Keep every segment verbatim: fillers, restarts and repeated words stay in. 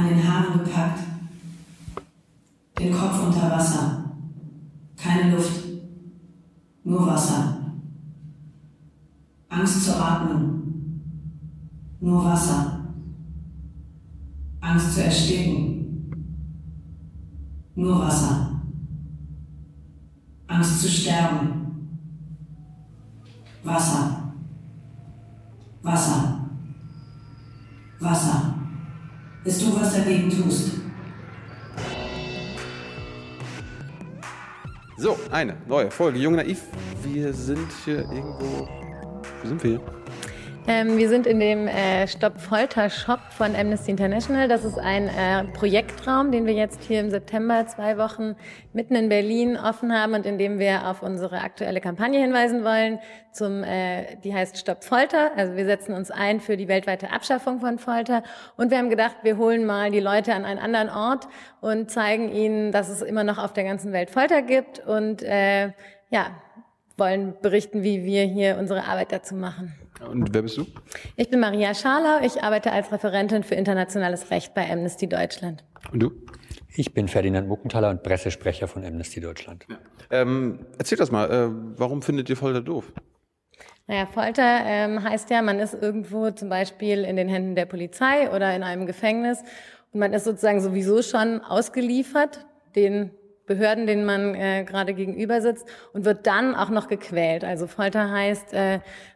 an den Haaren gepackt, den Kopf unter Wasser, keine Luft, nur Wasser. Angst zu atmen, nur Wasser. Angst zu ersticken, nur Wasser. Angst zu sterben, Wasser. Wasser. Wasser. Bis du was dagegen tust. So, eine neue Folge Jung Naiv. Wir sind hier irgendwo... Wo sind wir hier? Ähm, wir sind in dem äh, Stopp-Folter-Shop von Amnesty International. Das ist ein äh, Projektraum, den wir jetzt hier im September zwei Wochen mitten in Berlin offen haben und in dem wir auf unsere aktuelle Kampagne hinweisen wollen. Zum, äh, die heißt Stopp Folter. Also wir setzen uns ein für die weltweite Abschaffung von Folter. Und wir haben gedacht, wir holen mal die Leute an einen anderen Ort und zeigen ihnen, dass es immer noch auf der ganzen Welt Folter gibt und äh, ja, wollen berichten, wie wir hier unsere Arbeit dazu machen. Und wer bist du? Ich bin Maria Scharlau. Ich arbeite als Referentin für internationales Recht bei Amnesty Deutschland. Und du? Ich bin Ferdinand Muckenthaler und Pressesprecher von Amnesty Deutschland. Ja. Ähm, erzähl das mal. Äh, warum findet ihr Folter doof? Naja, Folter ähm, heißt ja, man ist irgendwo zum Beispiel in den Händen der Polizei oder in einem Gefängnis und man ist sozusagen sowieso schon ausgeliefert, den Behörden, denen man äh, gerade gegenüber sitzt und wird dann auch noch gequält. Also Folter heißt, äh,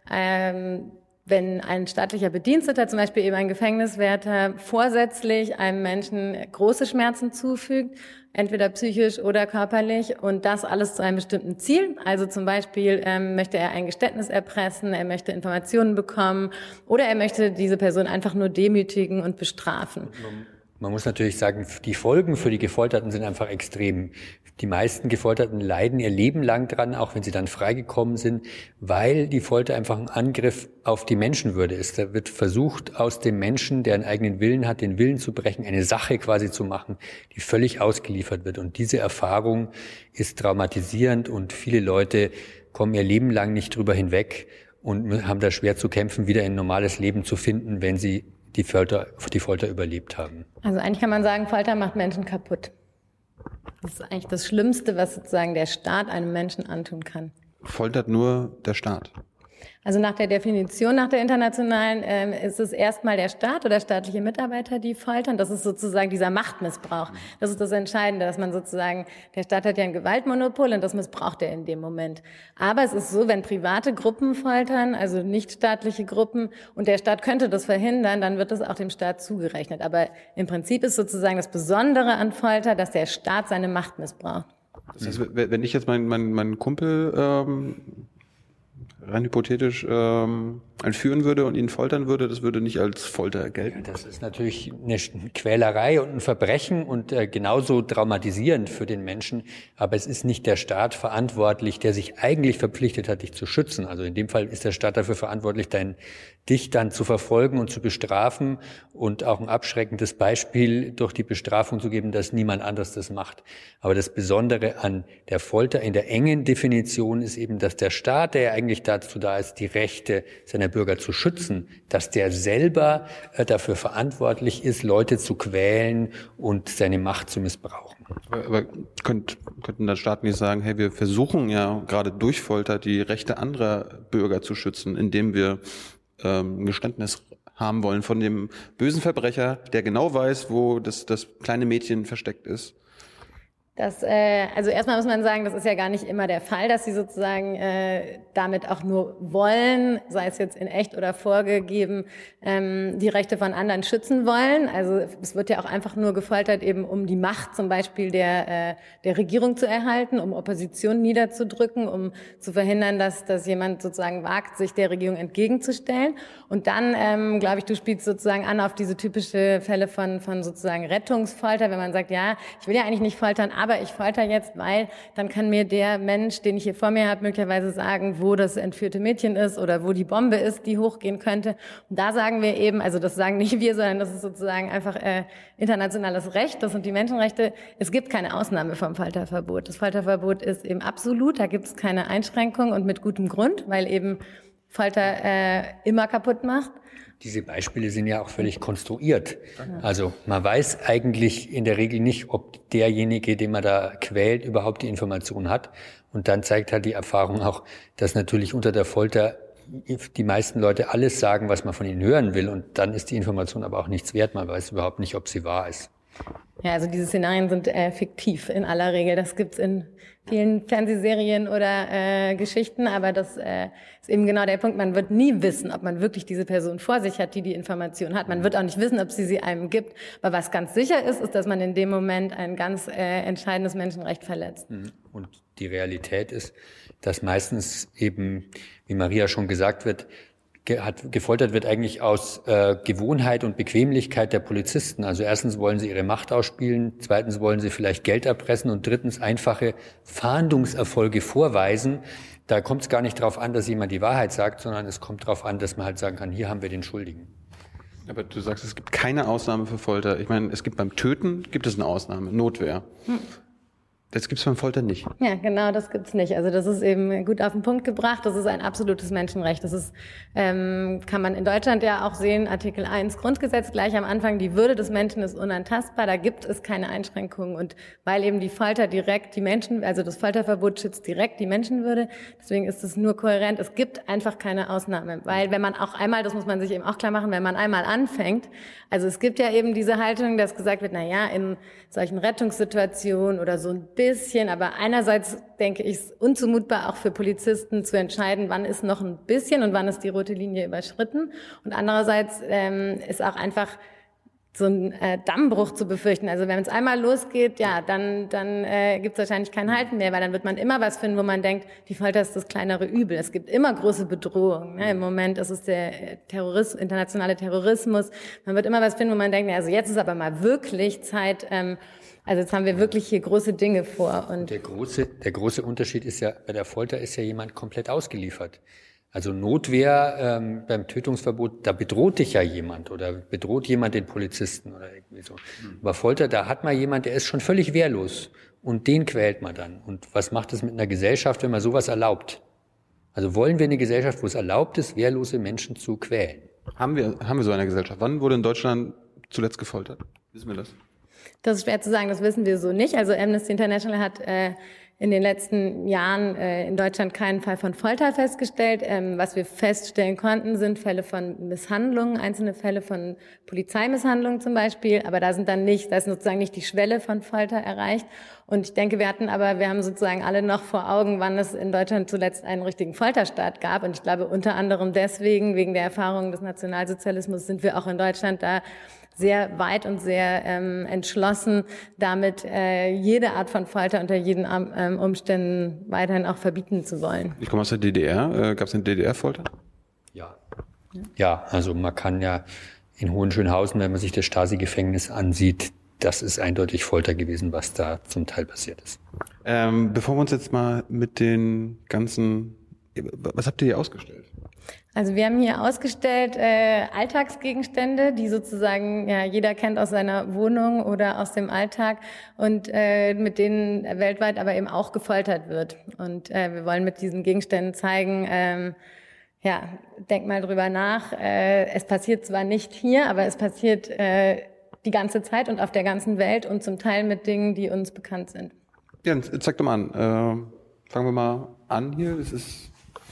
ähm, wenn ein staatlicher Bediensteter, zum Beispiel eben ein Gefängniswärter, vorsätzlich einem Menschen große Schmerzen zufügt, entweder psychisch oder körperlich und das alles zu einem bestimmten Ziel. Also zum Beispiel ähm, möchte er ein Geständnis erpressen, er möchte Informationen bekommen oder er möchte diese Person einfach nur demütigen und bestrafen. Man muss natürlich sagen, die Folgen für die Gefolterten sind einfach extrem. Die meisten Gefolterten leiden ihr Leben lang dran, auch wenn sie dann freigekommen sind, weil die Folter einfach ein Angriff auf die Menschenwürde ist. Da wird versucht, aus dem Menschen, der einen eigenen Willen hat, den Willen zu brechen, eine Sache quasi zu machen, die völlig ausgeliefert wird. Und diese Erfahrung ist traumatisierend und viele Leute kommen ihr Leben lang nicht drüber hinweg und haben da schwer zu kämpfen, wieder ein normales Leben zu finden, wenn sie die Folter, die Folter überlebt haben. Also eigentlich kann man sagen, Folter macht Menschen kaputt. Das ist eigentlich das Schlimmste, was sozusagen der Staat einem Menschen antun kann. Foltert nur der Staat? Also nach der Definition, nach der internationalen, ähm, ist es erstmal der Staat oder staatliche Mitarbeiter, die foltern. Das ist sozusagen dieser Machtmissbrauch. Das ist das Entscheidende, dass man sozusagen, der Staat hat ja ein Gewaltmonopol und das missbraucht er in dem Moment. Aber es ist so, wenn private Gruppen foltern, also nichtstaatliche Gruppen, und der Staat könnte das verhindern, dann wird das auch dem Staat zugerechnet. Aber im Prinzip ist sozusagen das Besondere an Folter, dass der Staat seine Macht missbraucht. Das heißt, wenn ich jetzt meinen mein, mein Kumpel ähm, rein hypothetisch ähm, entführen würde und ihn foltern würde, das würde nicht als Folter gelten. Ja, das ist natürlich eine Quälerei und ein Verbrechen und äh, genauso traumatisierend für den Menschen. Aber es ist nicht der Staat verantwortlich, der sich eigentlich verpflichtet hat, dich zu schützen. Also in dem Fall ist der Staat dafür verantwortlich, dein, dich dann zu verfolgen und zu bestrafen und auch ein abschreckendes Beispiel durch die Bestrafung zu geben, dass niemand anderes das macht. Aber das Besondere an der Folter in der engen Definition ist eben, dass der Staat, der ja eigentlich dazu da ist, die Rechte seiner Bürger zu schützen, dass der selber äh, dafür verantwortlich ist, Leute zu quälen und seine Macht zu missbrauchen. Aber, aber könnt, könnten dann Staaten nicht sagen, hey, wir versuchen ja gerade durch Folter die Rechte anderer Bürger zu schützen, indem wir ähm, ein Geständnis haben wollen von dem bösen Verbrecher, der genau weiß, wo das, das kleine Mädchen versteckt ist? Das, äh, also erstmal muss man sagen, das ist ja gar nicht immer der Fall, dass sie sozusagen äh, damit auch nur wollen, sei es jetzt in echt oder vorgegeben, ähm, die Rechte von anderen schützen wollen. Also es wird ja auch einfach nur gefoltert, eben um die Macht zum Beispiel der äh, der Regierung zu erhalten, um Opposition niederzudrücken, um zu verhindern, dass dass jemand sozusagen wagt, sich der Regierung entgegenzustellen. Und dann, ähm, glaube ich, du spielst sozusagen an auf diese typische Fälle von von sozusagen Rettungsfolter, wenn man sagt, ja, ich will ja eigentlich nicht foltern, aber ich folter jetzt, weil dann kann mir der Mensch, den ich hier vor mir habe, möglicherweise sagen, wo das entführte Mädchen ist oder wo die Bombe ist, die hochgehen könnte. Und da sagen wir eben, also das sagen nicht wir, sondern das ist sozusagen einfach äh, internationales Recht, das sind die Menschenrechte. Es gibt keine Ausnahme vom Folterverbot. Das Folterverbot ist eben absolut, da gibt es keine Einschränkung und mit gutem Grund, weil eben Folter äh, immer kaputt macht. Diese Beispiele sind ja auch völlig konstruiert. Also man weiß eigentlich in der Regel nicht, ob derjenige, den man da quält, überhaupt die Information hat. Und dann zeigt halt die Erfahrung auch, dass natürlich unter der Folter die meisten Leute alles sagen, was man von ihnen hören will. Und dann ist die Information aber auch nichts wert. Man weiß überhaupt nicht, ob sie wahr ist. Ja, also diese Szenarien sind äh, fiktiv in aller Regel. Das gibt's in vielen Fernsehserien oder äh, Geschichten, aber das äh, ist eben genau der Punkt. Man wird nie wissen, ob man wirklich diese Person vor sich hat, die die Information hat. Man wird auch nicht wissen, ob sie sie einem gibt. Aber was ganz sicher ist, ist, dass man in dem Moment ein ganz äh, entscheidendes Menschenrecht verletzt. Und die Realität ist, dass meistens eben, wie Maria schon gesagt wird, Hat, gefoltert wird eigentlich aus äh, Gewohnheit und Bequemlichkeit der Polizisten. Also erstens wollen sie ihre Macht ausspielen, zweitens wollen sie vielleicht Geld erpressen und drittens einfache Fahndungserfolge vorweisen. Da kommt es gar nicht darauf an, dass jemand die Wahrheit sagt, sondern es kommt darauf an, dass man halt sagen kann, hier haben wir den Schuldigen. Aber du sagst, es gibt keine Ausnahme für Folter. Ich meine, es gibt beim Töten gibt es eine Ausnahme, Notwehr. Hm. Das gibt's beim Folter nicht. Ja, genau, das gibt's nicht. Also das ist eben gut auf den Punkt gebracht. Das ist ein absolutes Menschenrecht. Das ist, ähm, kann man in Deutschland ja auch sehen, Artikel eins Grundgesetz, gleich am Anfang, die Würde des Menschen ist unantastbar. Da gibt es keine Einschränkungen. Und weil eben die Folter direkt die Menschen, also das Folterverbot schützt direkt die Menschenwürde, deswegen ist es nur kohärent. Es gibt einfach keine Ausnahme. Weil wenn man auch einmal, das muss man sich eben auch klar machen, wenn man einmal anfängt, also es gibt ja eben diese Haltung, dass gesagt wird, na ja, in solchen Rettungssituationen oder so ein bisschen, aber einerseits denke ich, es ist unzumutbar auch für Polizisten zu entscheiden, wann ist noch ein bisschen und wann ist die rote Linie überschritten. Und andererseits ähm, ist auch einfach so ein äh, Dammbruch zu befürchten. Also wenn es einmal losgeht, ja, dann dann äh, gibt es wahrscheinlich kein Halten mehr, weil dann wird man immer was finden, wo man denkt, die Folter ist das kleinere Übel. Es gibt immer große Bedrohungen. Ne? Im Moment ist es der Terrorismus, internationale Terrorismus. Man wird immer was finden, wo man denkt, also jetzt ist aber mal wirklich Zeit. Ähm, also jetzt haben wir wirklich hier große Dinge vor. Und der große der große Unterschied ist ja, bei der Folter ist ja jemand komplett ausgeliefert. Also Notwehr ähm, beim Tötungsverbot, da bedroht dich ja jemand oder bedroht jemand den Polizisten oder irgendwie so. Mhm. Aber Folter, da hat man jemand, der ist schon völlig wehrlos und den quält man dann. Und was macht es mit einer Gesellschaft, wenn man sowas erlaubt? Also wollen wir eine Gesellschaft, wo es erlaubt ist, wehrlose Menschen zu quälen? Haben wir, haben wir so eine Gesellschaft? Wann wurde in Deutschland zuletzt gefoltert? Wissen wir das? Das ist schwer zu sagen, das wissen wir so nicht. Also Amnesty International hat äh, in den letzten Jahren äh, in Deutschland keinen Fall von Folter festgestellt. Ähm, was wir feststellen konnten, sind Fälle von Misshandlungen, einzelne Fälle von Polizeimisshandlungen zum Beispiel. Aber da sind dann nicht, da ist sozusagen nicht die Schwelle von Folter erreicht. Und ich denke, wir hatten aber, wir haben sozusagen alle noch vor Augen, wann es in Deutschland zuletzt einen richtigen Folterstaat gab. Und ich glaube, unter anderem deswegen, wegen der Erfahrungen des Nationalsozialismus, sind wir auch in Deutschland da sehr weit und sehr ähm, entschlossen, damit äh, jede Art von Folter unter jeden ähm, Umständen weiterhin auch verbieten zu wollen. Ich komme aus der D D R. Äh, Gab es eine D D R-Folter? Ja. Ja, also man kann ja in Hohenschönhausen, wenn man sich das Stasi-Gefängnis ansieht, das ist eindeutig Folter gewesen, was da zum Teil passiert ist. Ähm, bevor wir uns jetzt mal mit den ganzen, was habt ihr hier ausgestellt? Also wir haben hier ausgestellt äh, Alltagsgegenstände, die sozusagen ja jeder kennt aus seiner Wohnung oder aus dem Alltag und äh, mit denen weltweit aber eben auch gefoltert wird. Und äh, wir wollen mit diesen Gegenständen zeigen, ähm, ja, denk mal drüber nach. Äh, es passiert zwar nicht hier, aber es passiert äh, die ganze Zeit und auf der ganzen Welt und zum Teil mit Dingen, die uns bekannt sind. Ja, zeig doch mal an. Äh, fangen wir mal an hier. Das ist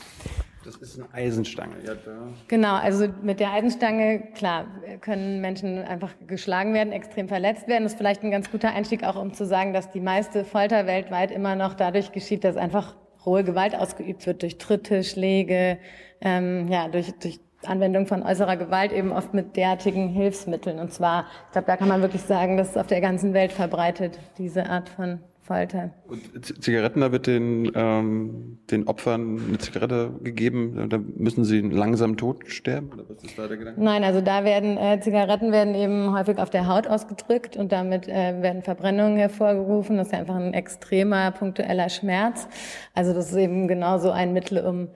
Das ist eine Eisenstange. Ja, da. Genau, also mit der Eisenstange, klar, können Menschen einfach geschlagen werden, extrem verletzt werden. Das ist vielleicht ein ganz guter Einstieg auch, um zu sagen, dass die meiste Folter weltweit immer noch dadurch geschieht, dass einfach rohe Gewalt ausgeübt wird, durch Tritte, Schläge, ähm, ja, durch, durch Anwendung von äußerer Gewalt, eben oft mit derartigen Hilfsmitteln. Und zwar, ich glaube, da kann man wirklich sagen, das ist auf der ganzen Welt verbreitet, diese Art von Folter. Und Zigaretten, da wird den, ähm, den Opfern eine Zigarette gegeben, da müssen sie einen langsamen Tod sterben? Oder was ist da der Gedanke? Nein, also da werden äh, Zigaretten werden eben häufig auf der Haut ausgedrückt und damit äh, werden Verbrennungen hervorgerufen. Das ist ja einfach ein extremer punktueller Schmerz. Also das ist eben genauso ein Mittel, um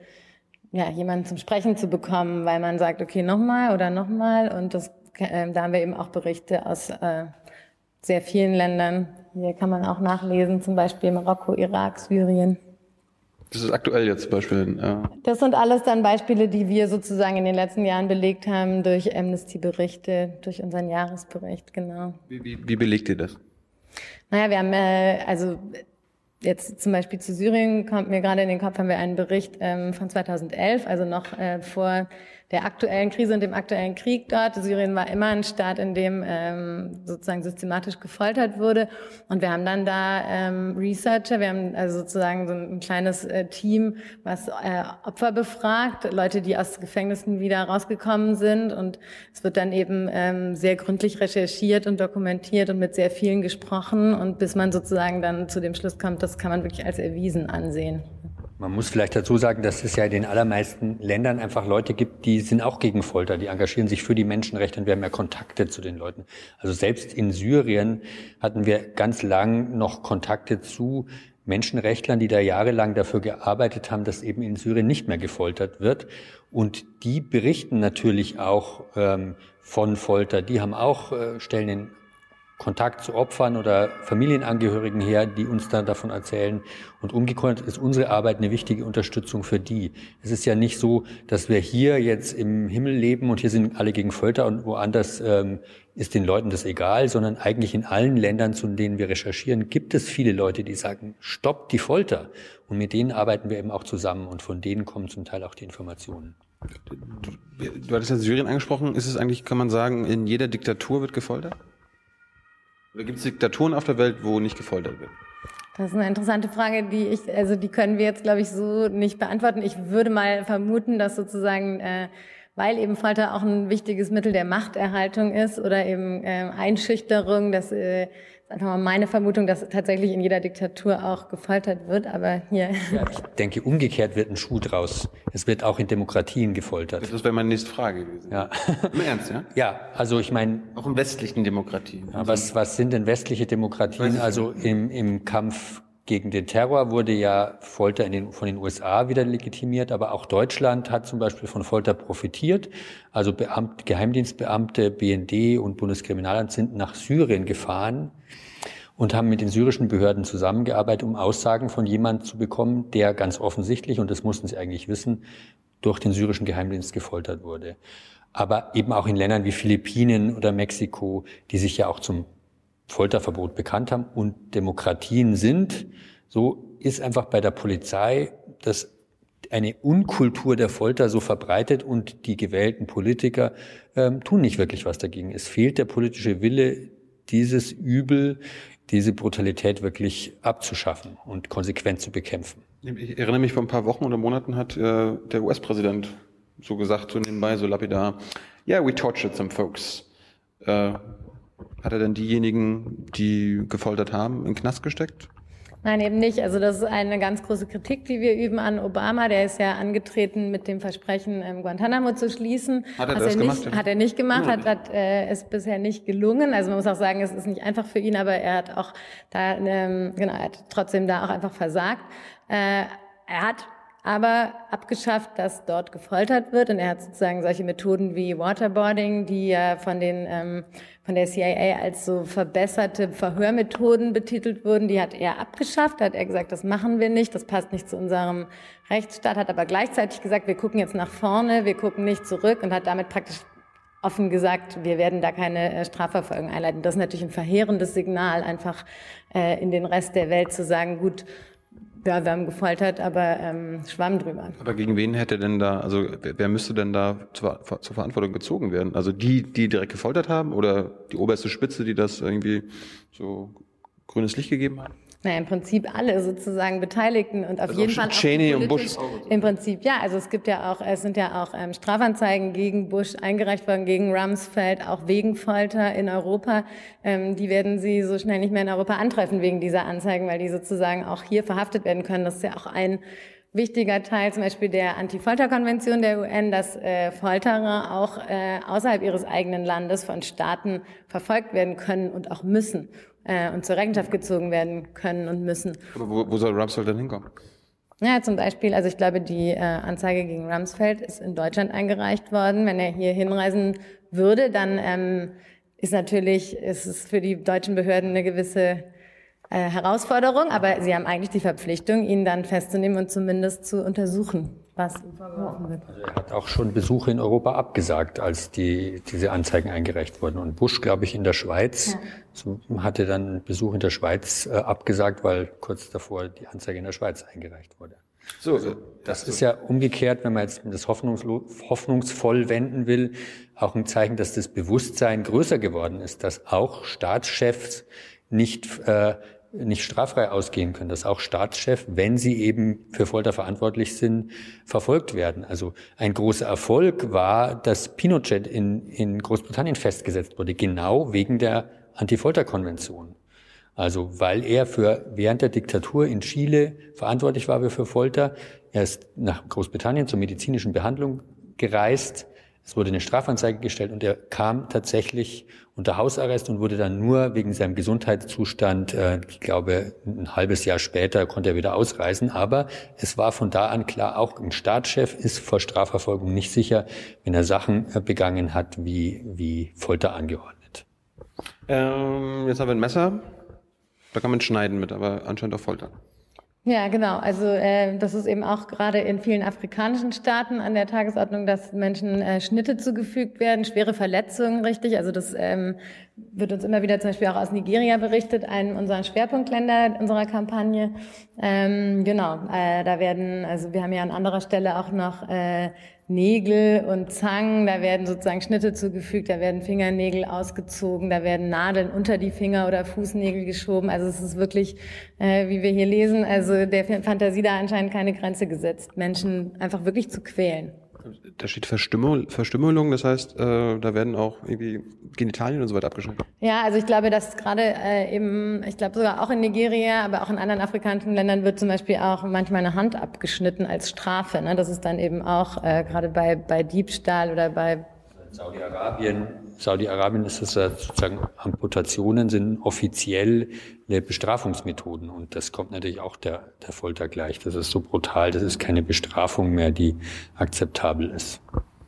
ja jemanden zum Sprechen zu bekommen, weil man sagt, okay, nochmal oder nochmal. Und das, äh, da haben wir eben auch Berichte aus äh, sehr vielen Ländern. Hier kann man auch nachlesen, zum Beispiel Marokko, Irak, Syrien. Das ist aktuell jetzt zum Beispiel. Äh das sind alles dann Beispiele, die wir sozusagen in den letzten Jahren belegt haben durch Amnesty-Berichte, durch unseren Jahresbericht, genau. Wie, wie, wie belegt ihr das? Naja, wir haben äh, also jetzt zum Beispiel zu Syrien kommt mir gerade in den Kopf, haben wir einen Bericht ähm, von zweitausendelf, also noch äh, vor der aktuellen Krise und dem aktuellen Krieg dort. Syrien war immer ein Staat, in dem ähm, sozusagen systematisch gefoltert wurde. Und wir haben dann da ähm, Researcher, wir haben also sozusagen so ein kleines äh, Team, was äh, Opfer befragt, Leute, die aus Gefängnissen wieder rausgekommen sind. Und es wird dann eben ähm, sehr gründlich recherchiert und dokumentiert und mit sehr vielen gesprochen. Und bis man sozusagen dann zu dem Schluss kommt, das kann man wirklich als erwiesen ansehen. Man muss vielleicht dazu sagen, dass es ja in den allermeisten Ländern einfach Leute gibt, die sind auch gegen Folter, die engagieren sich für die Menschenrechte und wir haben ja Kontakte zu den Leuten. Also selbst in Syrien hatten wir ganz lang noch Kontakte zu Menschenrechtlern, die da jahrelang dafür gearbeitet haben, dass eben in Syrien nicht mehr gefoltert wird. Und die berichten natürlich auch ähm, von Folter. Die haben auch, äh, stellen den Kontakt zu Opfern oder Familienangehörigen her, die uns dann davon erzählen. Und umgekehrt ist unsere Arbeit eine wichtige Unterstützung für die. Es ist ja nicht so, dass wir hier jetzt im Himmel leben und hier sind alle gegen Folter und woanders ähm, ist den Leuten das egal, sondern eigentlich in allen Ländern, zu denen wir recherchieren, gibt es viele Leute, die sagen, stoppt die Folter. Und mit denen arbeiten wir eben auch zusammen und von denen kommen zum Teil auch die Informationen. Du, du hattest ja Syrien angesprochen. Ist es eigentlich, kann man sagen, in jeder Diktatur wird gefoltert? Oder gibt es Diktaturen auf der Welt, wo nicht gefoltert wird? Das ist eine interessante Frage, die ich, also die können wir jetzt, glaube ich, so nicht beantworten. Ich würde mal vermuten, dass sozusagen, äh, weil eben Folter auch ein wichtiges Mittel der Machterhaltung ist oder eben äh, Einschüchterung, dass äh, ist einfach mal meine Vermutung, dass tatsächlich in jeder Diktatur auch gefoltert wird, aber hier. Ja, ich denke, umgekehrt wird ein Schuh draus. Es wird auch in Demokratien gefoltert. Das wäre meine nächste Frage gewesen. Ja. Im Ernst, ja? Ja, also ich meine. Auch in westlichen Demokratien. Ja, was, was sind denn westliche Demokratien? Also im, im Kampf gegen den Terror wurde ja Folter in den, von den U S A wieder legitimiert, aber auch Deutschland hat zum Beispiel von Folter profitiert. Also Beamt, Geheimdienstbeamte, B N D und Bundeskriminalamt sind nach Syrien gefahren und haben mit den syrischen Behörden zusammengearbeitet, um Aussagen von jemandem zu bekommen, der ganz offensichtlich, und das mussten sie eigentlich wissen, durch den syrischen Geheimdienst gefoltert wurde. Aber eben auch in Ländern wie Philippinen oder Mexiko, die sich ja auch zum Folterverbot bekannt haben und Demokratien sind, so ist einfach bei der Polizei das eine Unkultur der Folter so verbreitet und die gewählten Politiker ähm, tun nicht wirklich was dagegen. Es fehlt der politische Wille, dieses Übel, diese Brutalität wirklich abzuschaffen und konsequent zu bekämpfen. Ich erinnere mich, vor ein paar Wochen oder Monaten hat äh, der U S-Präsident so gesagt, so nebenbei, so lapidar, yeah, we tortured some folks. Äh, Hat er denn diejenigen, die gefoltert haben, in den Knast gesteckt? Nein, eben nicht. Also das ist eine ganz große Kritik, die wir üben an Obama. Der ist ja angetreten mit dem Versprechen, Guantanamo zu schließen. Hat er das er gemacht? Nicht, hat er nicht gemacht, hat, hat äh, es bisher nicht gelungen. Also man muss auch sagen, es ist nicht einfach für ihn, aber er hat auch da, ähm, genau, er hat trotzdem da auch einfach versagt. Äh, er hat aber abgeschafft, dass dort gefoltert wird. Und er hat sozusagen solche Methoden wie Waterboarding, die ja von den ähm, von der C I A als so verbesserte Verhörmethoden betitelt wurden, die hat er abgeschafft. Da hat er gesagt, das machen wir nicht, das passt nicht zu unserem Rechtsstaat, hat aber gleichzeitig gesagt, wir gucken jetzt nach vorne, wir gucken nicht zurück und hat damit praktisch offen gesagt, wir werden da keine äh, Strafverfolgung einleiten. Das ist natürlich ein verheerendes Signal, einfach äh, in den Rest der Welt zu sagen, gut, ja, wir haben gefoltert, aber ähm, Schwamm drüber. Aber gegen wen hätte denn da, also wer, wer müsste denn da zur, zur Verantwortung gezogen werden? Also die, die direkt gefoltert haben oder die oberste Spitze, die das irgendwie so grünes Licht gegeben hat? Naja, im Prinzip alle sozusagen Beteiligten und auf also jeden Fall auch Cheney und Bush. Im Prinzip, ja. Also es gibt ja auch, es sind ja auch ähm, Strafanzeigen gegen Bush eingereicht worden, gegen Rumsfeld, auch wegen Folter in Europa. Ähm, die werden sie so schnell nicht mehr in Europa antreffen wegen dieser Anzeigen, weil die sozusagen auch hier verhaftet werden können. Das ist ja auch ein wichtiger Teil zum Beispiel der Anti-Folter-Konvention der U N, dass äh, Folterer auch äh, außerhalb ihres eigenen Landes von Staaten verfolgt werden können und auch müssen äh, und zur Rechenschaft gezogen werden können und müssen. Aber wo, wo soll Rumsfeld denn hinkommen? Ja, zum Beispiel, also ich glaube, die äh, Anzeige gegen Rumsfeld ist in Deutschland eingereicht worden. Wenn er hier hinreisen würde, dann ähm, ist natürlich, ist es für die deutschen Behörden eine gewisse äh, Herausforderung, aber sie haben eigentlich die Verpflichtung, ihn dann festzunehmen und zumindest zu untersuchen, was ihm vorgeworfen wird. Also er hat auch schon Besuche in Europa abgesagt, als die diese Anzeigen eingereicht wurden. Und Bush, glaube ich, in der Schweiz, ja. so, hatte dann Besuch in der Schweiz äh, abgesagt, weil kurz davor die Anzeige in der Schweiz eingereicht wurde. So, also, das ist ja umgekehrt, wenn man jetzt das hoffnungsvoll wenden will, auch ein Zeichen, dass das Bewusstsein größer geworden ist, dass auch Staatschefs nicht äh, nicht straffrei ausgehen können, dass auch Staatschefs, wenn sie eben für Folter verantwortlich sind, verfolgt werden. Also ein großer Erfolg war, dass Pinochet in, in Großbritannien festgesetzt wurde, genau wegen der Anti-Folter-Konvention. Also weil er für während der Diktatur in Chile verantwortlich war für Folter. Er ist nach Großbritannien zur medizinischen Behandlung gereist. Es wurde eine Strafanzeige gestellt und er kam tatsächlich unter Hausarrest und wurde dann nur wegen seinem Gesundheitszustand, äh, ich glaube, ein halbes Jahr später konnte er wieder ausreisen. Aber es war von da an klar, auch ein Staatschef ist vor Strafverfolgung nicht sicher, wenn er Sachen äh, begangen hat, wie, wie Folter angeordnet. Ähm, jetzt haben wir ein Messer. Da kann man schneiden mit, aber anscheinend auch foltern. Ja, genau. Also äh, das ist eben auch gerade in vielen afrikanischen Staaten an der Tagesordnung, dass Menschen äh, Schnitte zugefügt werden, schwere Verletzungen, richtig. Also das ähm, wird uns immer wieder zum Beispiel auch aus Nigeria berichtet, einem unserer Schwerpunktländer unserer Kampagne. Ähm, genau, äh, da werden, also wir haben ja an anderer Stelle auch noch äh, Nägel und Zangen, da werden sozusagen Schnitte zugefügt, da werden Fingernägel ausgezogen, da werden Nadeln unter die Finger oder Fußnägel geschoben. Also es ist wirklich, äh, wie wir hier lesen, also der Fantasie da anscheinend keine Grenze gesetzt, Menschen einfach wirklich zu quälen. Da steht Verstümmelung, Verstümmelung, das heißt, äh, da werden auch irgendwie Genitalien und so weiter abgeschnitten. Ja, also ich glaube, dass gerade äh, eben, ich glaube sogar auch in Nigeria, aber auch in anderen afrikanischen Ländern wird zum Beispiel auch manchmal eine Hand abgeschnitten als Strafe. Ne? Das ist dann eben auch äh, gerade bei bei Diebstahl oder bei Saudi-Arabien, Saudi-Arabien ist es ja sozusagen, Amputationen sind offizielle Bestrafungsmethoden und das kommt natürlich auch der, der Folter gleich. Das ist so brutal, das ist keine Bestrafung mehr, die akzeptabel ist.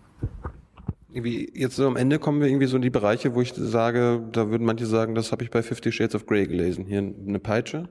Irgendwie jetzt so am Ende kommen wir irgendwie so in die Bereiche, wo ich sage, da würden manche sagen, das habe ich bei Fifty Shades of Grey gelesen. Hier eine Peitsche.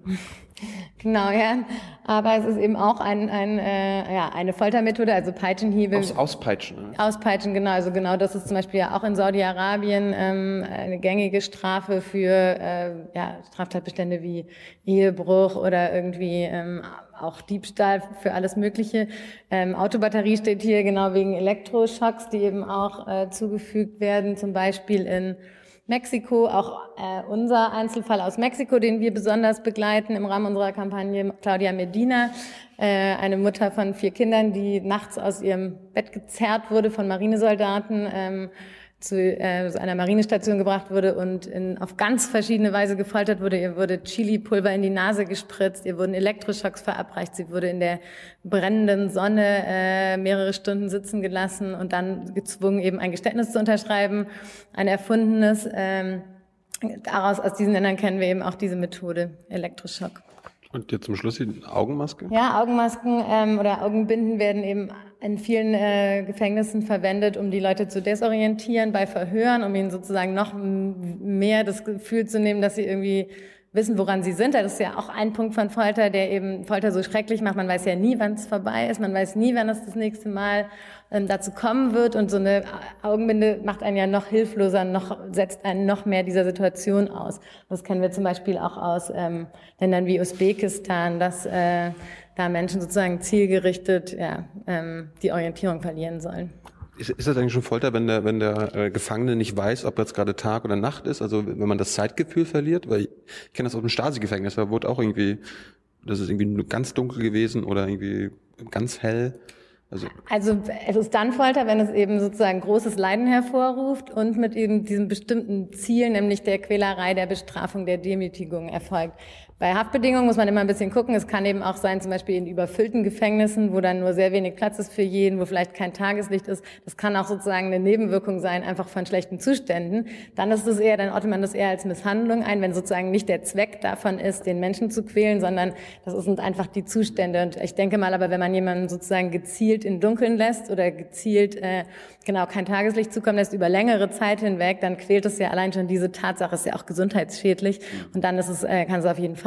Genau, ja. Aber es ist eben auch ein, ein, äh, ja, eine Foltermethode, also Peitschenhiebe. Aus, auspeitschen. Ne? Auspeitschen, genau. Also genau, das ist zum Beispiel ja auch in Saudi-Arabien ähm, eine gängige Strafe für äh, ja, Straftatbestände wie Ehebruch oder irgendwie ähm, auch Diebstahl für alles Mögliche. Ähm, Autobatterie steht hier genau wegen Elektroschocks, die eben auch äh, zugefügt werden, zum Beispiel in Mexiko, auch äh, unser Einzelfall aus Mexiko, den wir besonders begleiten im Rahmen unserer Kampagne, Claudia Medina, äh, eine Mutter von vier Kindern, die nachts aus ihrem Bett gezerrt wurde von Marinesoldaten, ähm, zu äh, einer Marinestation gebracht wurde und in, auf ganz verschiedene Weise gefoltert wurde. Ihr wurde Chili-Pulver in die Nase gespritzt, ihr wurden Elektroschocks verabreicht, sie wurde in der brennenden Sonne äh, mehrere Stunden sitzen gelassen und dann gezwungen, eben ein Geständnis zu unterschreiben, ein erfundenes. Ähm, daraus, aus diesen Ländern kennen wir eben auch diese Methode, Elektroschock. Und jetzt zum Schluss die Augenmaske? Ja, Augenmasken ähm, oder Augenbinden werden eben in vielen äh, Gefängnissen verwendet, um die Leute zu desorientieren bei Verhören, um ihnen sozusagen noch mehr das Gefühl zu nehmen, dass sie irgendwie wissen, woran sie sind. Das ist ja auch ein Punkt von Folter, der eben Folter so schrecklich macht. Man weiß ja nie, wann es vorbei ist. Man weiß nie, wann es das nächste Mal ähm, dazu kommen wird. Und so eine Augenbinde macht einen ja noch hilfloser, noch setzt einen noch mehr dieser Situation aus. Das kennen wir zum Beispiel auch aus ähm, Ländern wie Usbekistan, dass äh, da Menschen sozusagen zielgerichtet ja, ähm, die Orientierung verlieren sollen. Ist, ist das eigentlich schon Folter, wenn der, wenn der äh, Gefangene nicht weiß, ob jetzt gerade Tag oder Nacht ist? Also wenn man das Zeitgefühl verliert? Weil ich, ich kenne das aus dem Stasi-Gefängnis, da wurde auch irgendwie, das ist irgendwie nur ganz dunkel gewesen oder irgendwie ganz hell. Also, also es ist dann Folter, wenn es eben sozusagen großes Leiden hervorruft und mit eben diesem bestimmten Ziel, nämlich der Quälerei, der Bestrafung, der Demütigung erfolgt. Bei Haftbedingungen muss man immer ein bisschen gucken. Es kann eben auch sein, zum Beispiel in überfüllten Gefängnissen, wo dann nur sehr wenig Platz ist für jeden, wo vielleicht kein Tageslicht ist. Das kann auch sozusagen eine Nebenwirkung sein, einfach von schlechten Zuständen. Dann ist es eher, dann ordnet man das eher als Misshandlung ein, wenn sozusagen nicht der Zweck davon ist, den Menschen zu quälen, sondern das sind einfach die Zustände. Und ich denke mal, aber wenn man jemanden sozusagen gezielt in Dunkeln lässt oder gezielt äh, genau kein Tageslicht zukommen lässt über längere Zeit hinweg, dann quält es ja allein schon diese Tatsache, ist ja auch gesundheitsschädlich. Und dann ist es, äh, kann es auf jeden Fall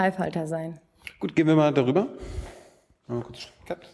Zentralfolter sein. Gut, gehen wir mal darüber. Mal kurz.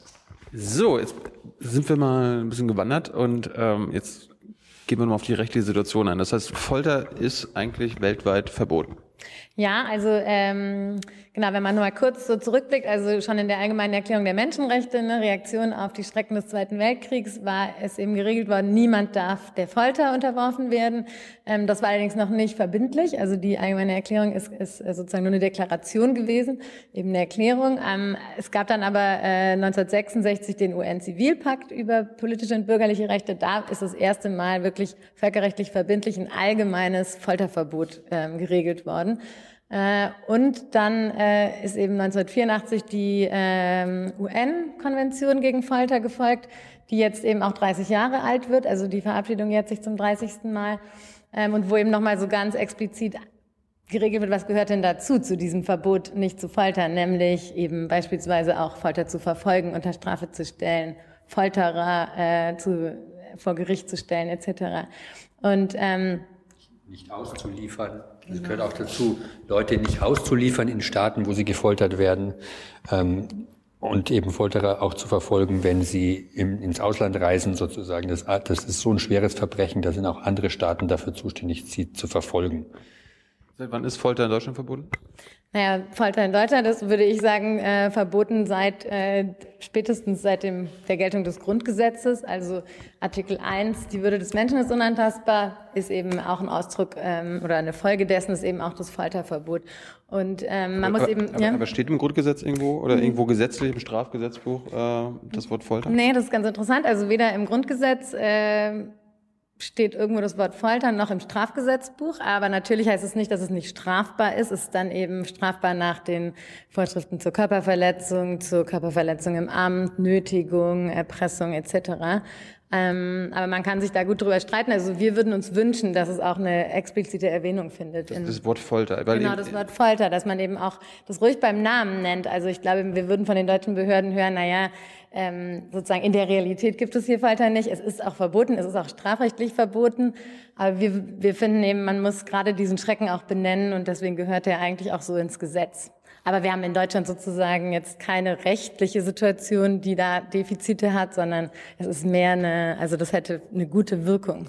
So, jetzt sind wir mal ein bisschen gewandert und ähm, jetzt gehen wir mal auf die rechtliche Situation ein. Das heißt, Folter ist eigentlich weltweit verboten. Ja, also ähm, genau, wenn man nur mal kurz so zurückblickt, also schon in der Allgemeinen Erklärung der Menschenrechte, eine Reaktion auf die Schrecken des Zweiten Weltkriegs, war es eben geregelt worden, niemand darf der Folter unterworfen werden. Ähm, das war allerdings noch nicht verbindlich, also die Allgemeine Erklärung ist, ist sozusagen nur eine Deklaration gewesen, eben eine Erklärung. Ähm, es gab dann aber äh, neunzehnhundertsechsundsechzig den U N-Zivilpakt über politische und bürgerliche Rechte. Da ist das erste Mal wirklich völkerrechtlich verbindlich ein allgemeines Folterverbot ähm, geregelt worden. Äh, und dann äh, ist eben neunzehnhundertvierundachtzig die ähm, U N-Konvention gegen Folter gefolgt, die jetzt eben auch dreißig Jahre alt wird, also die Verabschiedung jetzt sich zum dreißigsten Mal, ähm, und wo eben nochmal so ganz explizit geregelt wird, was gehört denn dazu, zu diesem Verbot nicht zu foltern, nämlich eben beispielsweise auch Folter zu verfolgen, unter Strafe zu stellen, Folterer äh, zu, vor Gericht zu stellen et cetera. Und ähm, nicht auszuliefern. Es gehört auch dazu, Leute nicht auszuliefern in Staaten, wo sie gefoltert werden, ähm, und eben Folterer auch zu verfolgen, wenn sie im, ins Ausland reisen sozusagen. Das, das ist so ein schweres Verbrechen, da sind auch andere Staaten dafür zuständig, sie zu verfolgen. Seit wann ist Folter in Deutschland verboten? Naja, Folter in Deutschland ist, würde ich sagen, äh, verboten seit äh, spätestens seit dem, der Geltung des Grundgesetzes. Also Artikel eins, die Würde des Menschen ist unantastbar, ist eben auch ein Ausdruck ähm, oder eine Folge dessen ist eben auch das Folterverbot. Und ähm, man aber, muss eben... Aber, ja? aber steht im Grundgesetz irgendwo oder mhm. irgendwo gesetzlich im Strafgesetzbuch äh, das Wort Folter? Nee, das ist ganz interessant. Also weder im Grundgesetz... Äh, steht irgendwo das Wort Foltern noch im Strafgesetzbuch, aber natürlich heißt es nicht, dass es nicht strafbar ist. Es ist dann eben strafbar nach den Vorschriften zur Körperverletzung, zur Körperverletzung im Amt, Nötigung, Erpressung et cetera. Ähm, aber man kann sich da gut drüber streiten. Also wir würden uns wünschen, dass es auch eine explizite Erwähnung findet. Das, das Wort Folter. Weil genau, das Wort Folter, dass man eben auch das ruhig beim Namen nennt. Also ich glaube, wir würden von den deutschen Behörden hören, naja, ähm, sozusagen in der Realität gibt es hier Folter nicht. Es ist auch verboten, es ist auch strafrechtlich verboten. Aber wir, wir finden eben, man muss gerade diesen Schrecken auch benennen und deswegen gehört er eigentlich auch so ins Gesetz. Aber wir haben in Deutschland sozusagen jetzt keine rechtliche Situation, die da Defizite hat, sondern es ist mehr eine, also das hätte eine gute Wirkung.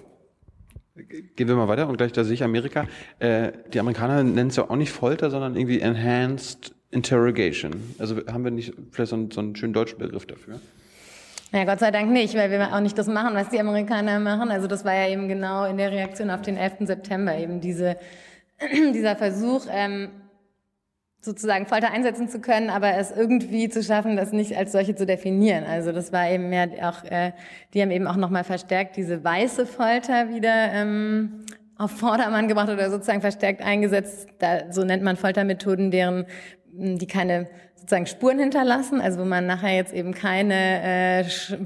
Gehen wir mal weiter und gleich da sehe ich Amerika. Äh, die Amerikaner nennen es ja auch nicht Folter, sondern irgendwie Enhanced Interrogation. Also haben wir nicht vielleicht so einen, so einen schönen deutschen Begriff dafür? Ja, Gott sei Dank nicht, weil wir auch nicht das machen, was die Amerikaner machen. Also das war ja eben genau in der Reaktion auf den elften September eben diese, dieser Versuch, ähm, sozusagen Folter einsetzen zu können, aber es irgendwie zu schaffen, das nicht als solche zu definieren. Also das war eben mehr auch, äh, die haben eben auch nochmal verstärkt diese weiße Folter wieder ähm, auf Vordermann gebracht oder sozusagen verstärkt eingesetzt. Da, so nennt man Foltermethoden, deren die keine sozusagen Spuren hinterlassen, also wo man nachher jetzt eben keine äh,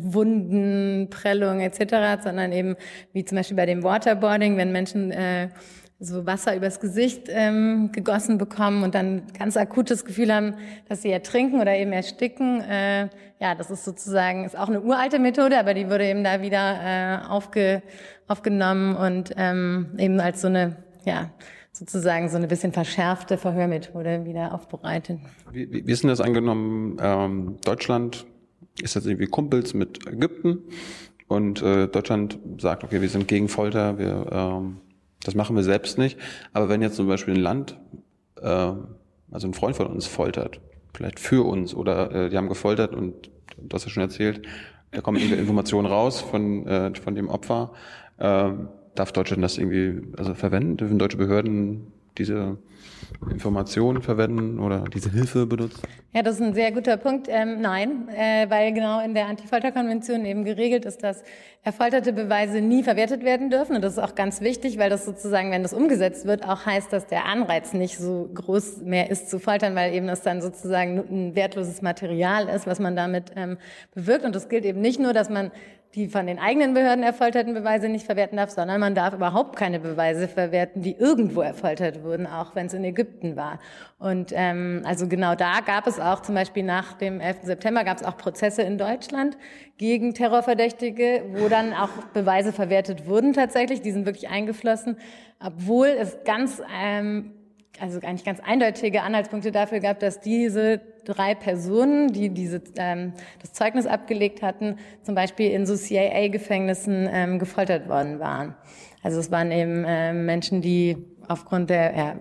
Wunden, Prellungen et cetera hat, sondern eben wie zum Beispiel bei dem Waterboarding, wenn Menschen äh, so Wasser übers Gesicht ähm, gegossen bekommen und dann ganz akutes Gefühl haben, dass sie ertrinken oder eben ersticken. Äh, ja, das ist sozusagen, ist auch eine uralte Methode, aber die wurde eben da wieder äh, aufge, aufgenommen und ähm, eben als so eine, ja, sozusagen so eine bisschen verschärfte Verhörmethode wieder aufbereitet. Wie, wie, wie ist denn das angenommen? Ähm, Deutschland ist jetzt irgendwie Kumpels mit Ägypten und äh, Deutschland sagt, okay, wir sind gegen Folter, wir ähm, das machen wir selbst nicht. Aber wenn jetzt zum Beispiel ein Land, äh, also ein Freund von uns foltert, vielleicht für uns oder äh, die haben gefoltert und du hast ja schon erzählt, da kommen Informationen raus von äh, von dem Opfer. Äh, darf Deutschland das irgendwie also verwenden? Dürfen deutsche Behörden diese Informationen verwenden oder diese Hilfe benutzen? Ja, das ist ein sehr guter Punkt. Ähm, nein, äh, weil genau in der Antifolterkonvention eben geregelt ist, dass erfolterte Beweise nie verwertet werden dürfen. Und das ist auch ganz wichtig, weil das sozusagen, wenn das umgesetzt wird, auch heißt, dass der Anreiz nicht so groß mehr ist zu foltern, weil eben das dann sozusagen ein wertloses Material ist, was man damit ähm, bewirkt. Und das gilt eben nicht nur, dass man die von den eigenen Behörden erfolterten Beweise nicht verwerten darf, sondern man darf überhaupt keine Beweise verwerten, die irgendwo erfoltert wurden, auch wenn es in Ägypten war. Und ähm, also genau da gab es auch zum Beispiel nach dem elften September gab es auch Prozesse in Deutschland gegen Terrorverdächtige, wo dann auch Beweise verwertet wurden tatsächlich, die sind wirklich eingeflossen, obwohl es ganz ähm, also eigentlich ganz eindeutige Anhaltspunkte dafür gab, dass diese drei Personen, die diese, ähm, das Zeugnis abgelegt hatten, zum Beispiel in so C I A-Gefängnissen ähm, gefoltert worden waren. Also es waren eben ähm, Menschen, die aufgrund der, ja,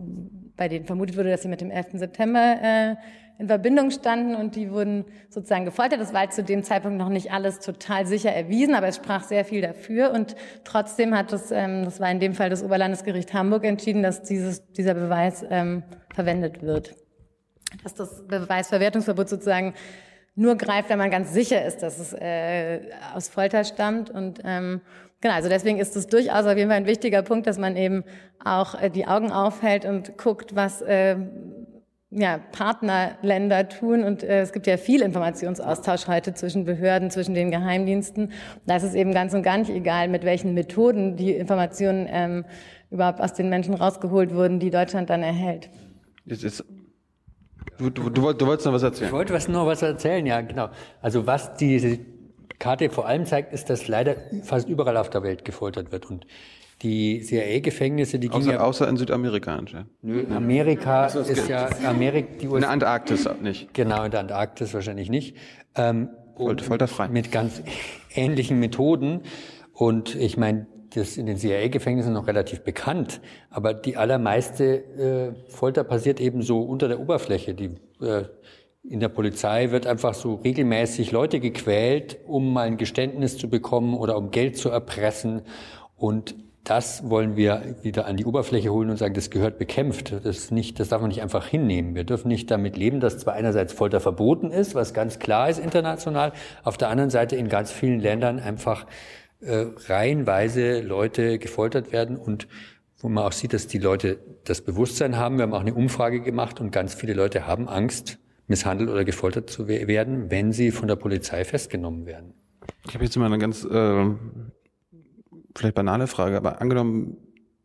bei denen vermutet wurde, dass sie mit dem elften September äh, in Verbindung standen und die wurden sozusagen gefoltert. Das war halt zu dem Zeitpunkt noch nicht alles total sicher erwiesen, aber es sprach sehr viel dafür und trotzdem hat das, ähm, das war in dem Fall das Oberlandesgericht Hamburg entschieden, dass dieses, dieser Beweis ähm, verwendet wird. Dass das Beweisverwertungsverbot sozusagen nur greift, wenn man ganz sicher ist, dass es äh, aus Folter stammt und ähm, genau, also deswegen ist es durchaus auf jeden Fall ein wichtiger Punkt, dass man eben auch äh, die Augen aufhält und guckt, was äh, ja, Partnerländer tun und äh, es gibt ja viel Informationsaustausch heute zwischen Behörden, zwischen den Geheimdiensten. Da ist es eben ganz und gar nicht egal, mit welchen Methoden die Informationen ähm, überhaupt aus den Menschen rausgeholt wurden, die Deutschland dann erhält. Jetzt ist, du, du, du, du wolltest noch was erzählen. Ich wollte was noch was erzählen, ja, genau. Also was diese Karte vor allem zeigt, ist, dass leider fast überall auf der Welt gefoltert wird und die C I A-Gefängnisse, die gingen außer, ja... Außer in Südamerika anscheinend. Nö, Amerika ist, ist ja... Amerika, die in der Antarktis nicht. Genau, in der Antarktis wahrscheinlich nicht. Ähm, Folterfrei. Mit ganz ähnlichen Methoden. Und ich meine, das ist in den C I A-Gefängnissen noch relativ bekannt. Aber die allermeiste äh, Folter passiert eben so unter der Oberfläche. Die... Äh, In der Polizei wird einfach so regelmäßig Leute gequält, um mal ein Geständnis zu bekommen oder um Geld zu erpressen. Und das wollen wir wieder an die Oberfläche holen und sagen, das gehört bekämpft. Das ist nicht, das darf man nicht einfach hinnehmen. Wir dürfen nicht damit leben, dass zwar einerseits Folter verboten ist, was ganz klar ist international, auf der anderen Seite in ganz vielen Ländern einfach äh, reihenweise Leute gefoltert werden und wo man auch sieht, dass die Leute das Bewusstsein haben. Wir haben auch eine Umfrage gemacht und ganz viele Leute haben Angst, misshandelt oder gefoltert zu werden, wenn sie von der Polizei festgenommen werden. Ich habe jetzt mal eine ganz äh, vielleicht banale Frage, aber angenommen,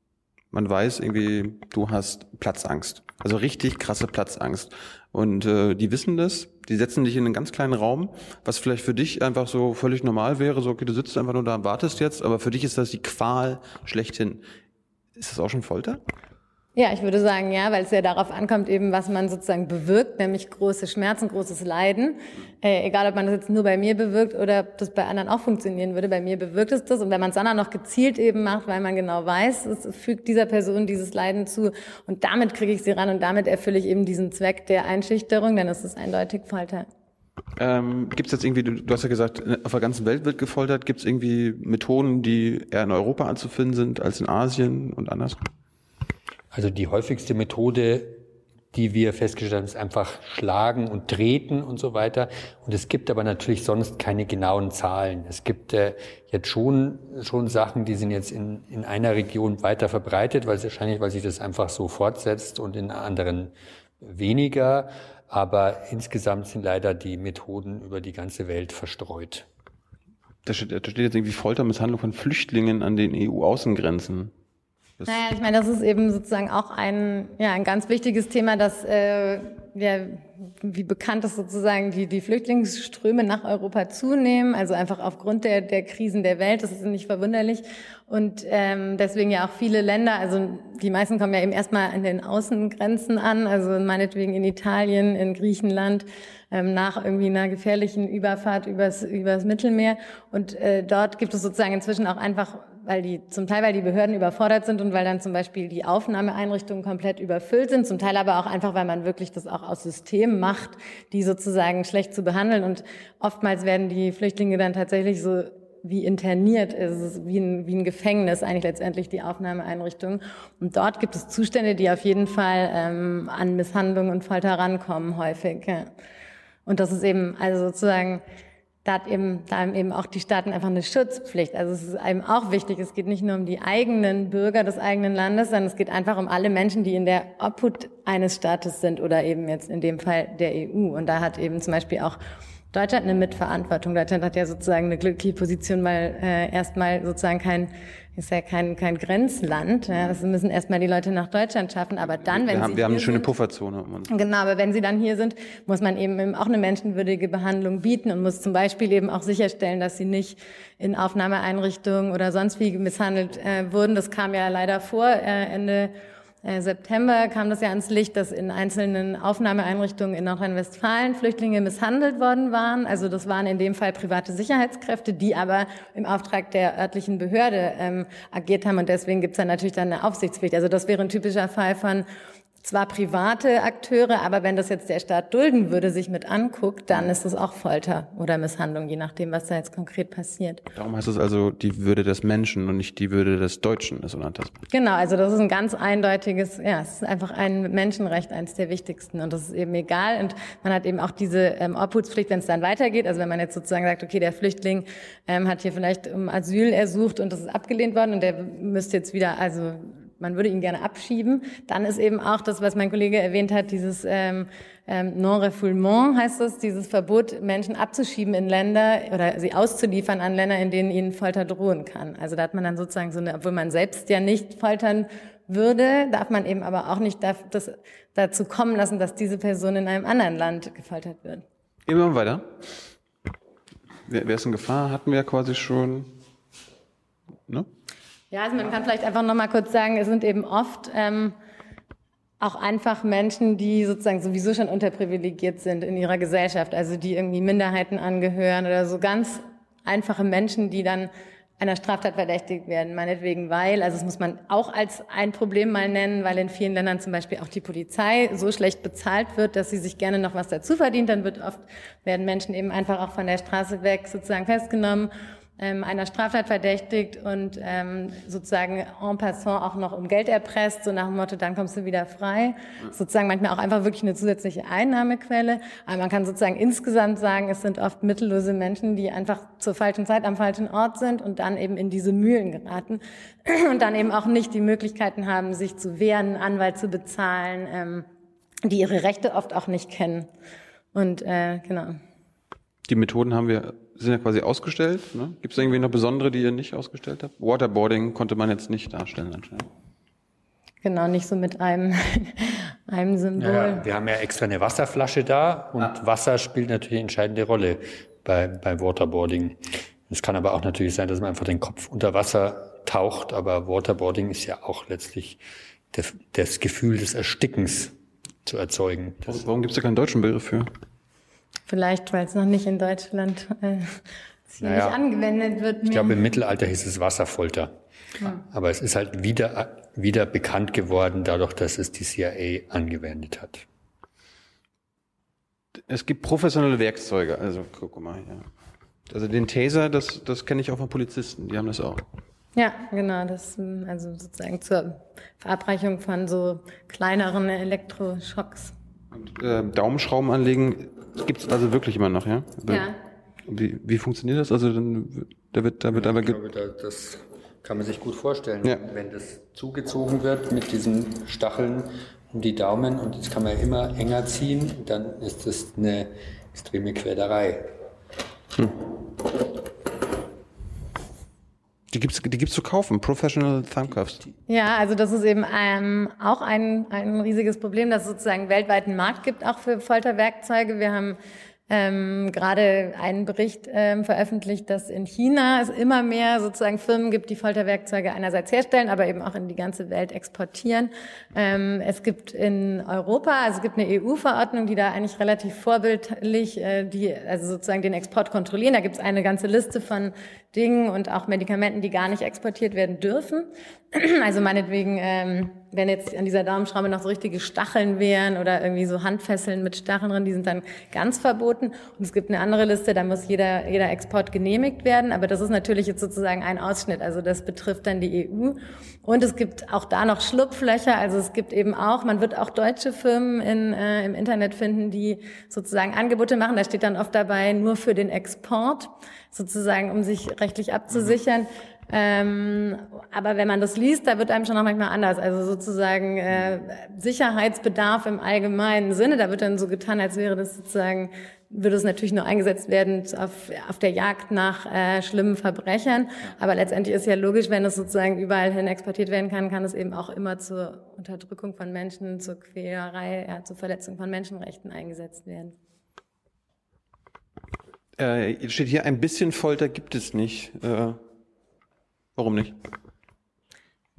man weiß irgendwie, du hast Platzangst, also richtig krasse Platzangst und äh, die wissen das, die setzen dich in einen ganz kleinen Raum, was vielleicht für dich einfach so völlig normal wäre, so okay, du sitzt einfach nur da und wartest jetzt, aber für dich ist das die Qual schlechthin. Ist das auch schon Folter? Ja, ich würde sagen, ja, weil es ja darauf ankommt, eben was man sozusagen bewirkt, nämlich große Schmerzen, großes Leiden. Äh, egal, ob man das jetzt nur bei mir bewirkt oder ob das bei anderen auch funktionieren würde. Bei mir bewirkt es das. Und wenn man es dann auch noch gezielt eben macht, weil man genau weiß, es fügt dieser Person dieses Leiden zu. Und damit kriege ich sie ran und damit erfülle ich eben diesen Zweck der Einschüchterung, dann ist es eindeutig Folter. Ähm, gibt es jetzt irgendwie, du, du hast ja gesagt, auf der ganzen Welt wird gefoltert. Gibt es irgendwie Methoden, die eher in Europa anzufinden sind als in Asien und andersrum? Also die häufigste Methode, die wir festgestellt haben, ist einfach schlagen und treten und so weiter. Und es gibt aber natürlich sonst keine genauen Zahlen. Es gibt äh, jetzt schon schon Sachen, die sind jetzt in in einer Region weiter verbreitet, weil es wahrscheinlich, weil sich das einfach so fortsetzt und in anderen weniger. Aber insgesamt sind leider die Methoden über die ganze Welt verstreut. Da steht, da steht jetzt irgendwie Foltermisshandlung von Flüchtlingen an den E U-Außengrenzen. Das naja, ich meine, das ist eben sozusagen auch ein, ja, ein ganz wichtiges Thema, dass, äh, ja, wie bekannt ist sozusagen, die, die Flüchtlingsströme nach Europa zunehmen, also einfach aufgrund der, der Krisen der Welt, das ist nicht verwunderlich. Und ähm, deswegen ja auch viele Länder, also die meisten kommen ja eben erstmal an den Außengrenzen an, also meinetwegen in Italien, in Griechenland, ähm, nach irgendwie einer gefährlichen Überfahrt übers, übers Mittelmeer. Und äh, dort gibt es sozusagen inzwischen auch einfach, weil die, zum Teil, weil die Behörden überfordert sind und weil dann zum Beispiel die Aufnahmeeinrichtungen komplett überfüllt sind, zum Teil aber auch einfach, weil man wirklich das auch aus System macht, die sozusagen schlecht zu behandeln. Und oftmals werden die Flüchtlinge dann tatsächlich so wie interniert, es ist wie ein, wie ein Gefängnis eigentlich letztendlich die Aufnahmeeinrichtung. Und dort gibt es Zustände, die auf jeden Fall ähm, an Misshandlung und Folter rankommen häufig. Ja. Und das ist eben also sozusagen, da hat eben, da haben eben auch die Staaten einfach eine Schutzpflicht. Also es ist einem auch wichtig, es geht nicht nur um die eigenen Bürger des eigenen Landes, sondern es geht einfach um alle Menschen, die in der Obhut eines Staates sind oder eben jetzt in dem Fall der E U. Und da hat eben zum Beispiel auch Deutschland eine Mitverantwortung. Deutschland hat ja sozusagen eine glückliche Position, weil äh, erstmal sozusagen kein, ist ja kein kein Grenzland. Ja, das müssen erstmal die Leute nach Deutschland schaffen. Aber dann, wenn wir haben, sie wir haben eine schöne sind, Pufferzone. Genau, aber wenn sie dann hier sind, muss man eben auch eine menschenwürdige Behandlung bieten und muss zum Beispiel eben auch sicherstellen, dass sie nicht in Aufnahmeeinrichtungen oder sonst wie misshandelt äh, wurden. Das kam ja leider vor, äh, Ende äh, September kam das ja ans Licht, dass in einzelnen Aufnahmeeinrichtungen in Nordrhein-Westfalen Flüchtlinge misshandelt worden waren. Also das waren in dem Fall private Sicherheitskräfte, die aber im Auftrag der örtlichen Behörde ähm, agiert haben. Und deswegen gibt es dann natürlich dann eine Aufsichtspflicht. Also das wäre ein typischer Fall von zwar private Akteure, aber wenn das jetzt der Staat dulden würde, sich mit anguckt, dann ist das auch Folter oder Misshandlung, je nachdem, was da jetzt konkret passiert. Darum heißt es also, die Würde des Menschen und nicht die Würde des Deutschen ist unantastbar. Genau, also das ist ein ganz eindeutiges, ja, es ist einfach ein Menschenrecht, eines der wichtigsten und das ist eben egal und man hat eben auch diese ähm, Obhutspflicht, wenn es dann weitergeht, also wenn man jetzt sozusagen sagt, okay, der Flüchtling ähm, hat hier vielleicht um Asyl ersucht und das ist abgelehnt worden und der müsste jetzt wieder, also man würde ihn gerne abschieben, dann ist eben auch das, was mein Kollege erwähnt hat, dieses ähm, ähm, Non-Refoulement heißt es, dieses Verbot, Menschen abzuschieben in Länder oder sie auszuliefern an Länder, in denen ihnen Folter drohen kann. Also da hat man dann sozusagen so eine, obwohl man selbst ja nicht foltern würde, darf man eben aber auch nicht das dazu kommen lassen, dass diese Person in einem anderen Land gefoltert wird. Immer weiter. Wer, wer ist in Gefahr? Hatten wir ja quasi schon, ne? Ja, also man kann vielleicht einfach noch mal kurz sagen, es sind eben oft ähm, auch einfach Menschen, die sozusagen sowieso schon unterprivilegiert sind in ihrer Gesellschaft, also die irgendwie Minderheiten angehören oder so ganz einfache Menschen, die dann einer Straftat verdächtigt werden, meinetwegen weil, also das muss man auch als ein Problem mal nennen, weil in vielen Ländern zum Beispiel auch die Polizei so schlecht bezahlt wird, dass sie sich gerne noch was dazu verdient, dann wird oft, werden Menschen eben einfach auch von der Straße weg sozusagen festgenommen, Ähm, einer Straftat verdächtigt und ähm, sozusagen en passant auch noch um Geld erpresst, so nach dem Motto, dann kommst du wieder frei. Ja. Sozusagen manchmal auch einfach wirklich eine zusätzliche Einnahmequelle. Aber man kann sozusagen insgesamt sagen, es sind oft mittellose Menschen, die einfach zur falschen Zeit am falschen Ort sind und dann eben in diese Mühlen geraten und dann eben auch nicht die Möglichkeiten haben, sich zu wehren, einen Anwalt zu bezahlen, ähm, die ihre Rechte oft auch nicht kennen. Und äh, genau. Die Methoden haben wir, sind ja quasi ausgestellt. Ne? Gibt es irgendwie noch besondere, die ihr nicht ausgestellt habt? Waterboarding konnte man jetzt nicht darstellen anscheinend. Genau, nicht so mit einem, einem Symbol. Ja, wir haben ja extra eine Wasserflasche da und ah. Wasser spielt natürlich eine entscheidende Rolle bei, bei Waterboarding. Es kann aber auch natürlich sein, dass man einfach den Kopf unter Wasser taucht, aber Waterboarding ist ja auch letztlich das, das Gefühl des Erstickens zu erzeugen. Das Warum gibt es da keinen deutschen Begriff für? Vielleicht, weil es noch nicht in Deutschland äh, ziemlich naja, angewendet wird. Mehr. Ich glaube, im Mittelalter hieß es Wasserfolter. Ja. Aber es ist halt wieder, wieder bekannt geworden, dadurch, dass es die C I A angewendet hat. Es gibt professionelle Werkzeuge. Also, guck mal hier. Also den Taser, das, das kenne ich auch von Polizisten. Die haben das auch. Ja, genau. Das, also sozusagen zur Verabreichung von so kleineren Elektroschocks. Und, äh, Daumenschrauben anlegen gibt es also wirklich immer noch, ja? Ja. Wie, wie funktioniert das? Also dann, da wird, da wird ja, aber ich glaube, da, das kann man sich gut vorstellen, ja. Wenn das zugezogen wird mit diesen Stacheln um die Daumen und das kann man immer enger ziehen, dann ist das eine extreme Quälerei. Hm. Die gibt's, die gibt's zu kaufen, Professional Thumb Cuffs. Ja, also das ist eben ähm, auch ein, ein riesiges Problem, dass es sozusagen weltweit einen Markt gibt, auch für Folterwerkzeuge. Wir haben ähm, gerade einen Bericht ähm, veröffentlicht, dass in China es immer mehr sozusagen Firmen gibt, die Folterwerkzeuge einerseits herstellen, aber eben auch in die ganze Welt exportieren. Ähm, es gibt in Europa, also es gibt eine E U-Verordnung, die da eigentlich relativ vorbildlich, äh, die also sozusagen den Export kontrollieren. Da gibt es eine ganze Liste von Dingen und auch Medikamenten, die gar nicht exportiert werden dürfen. Also meinetwegen, ähm, wenn jetzt an dieser Daumenschraube noch so richtige Stacheln wären oder irgendwie so Handfesseln mit Stacheln drin, die sind dann ganz verboten. Und es gibt eine andere Liste, da muss jeder, jeder Export genehmigt werden. Aber das ist natürlich jetzt sozusagen ein Ausschnitt. Also das betrifft dann die E U. Und es gibt auch da noch Schlupflöcher. Also es gibt eben auch, man wird auch deutsche Firmen in, äh, im Internet finden, die sozusagen Angebote machen. Da steht dann oft dabei, nur für den Export, sozusagen, um sich rechtlich abzusichern. Ähm, aber wenn man das liest, da wird einem schon auch manchmal anders. Also sozusagen äh, Sicherheitsbedarf im allgemeinen Sinne. Da wird dann so getan, als wäre das sozusagen, würde es natürlich nur eingesetzt werden auf, auf der Jagd nach äh, schlimmen Verbrechern. Aber letztendlich ist ja logisch, wenn es sozusagen überall hin exportiert werden kann, kann es eben auch immer zur Unterdrückung von Menschen, zur Quälerei, ja, zur Verletzung von Menschenrechten eingesetzt werden. Äh, jetzt steht hier, ein bisschen Folter gibt es nicht. Äh, warum nicht?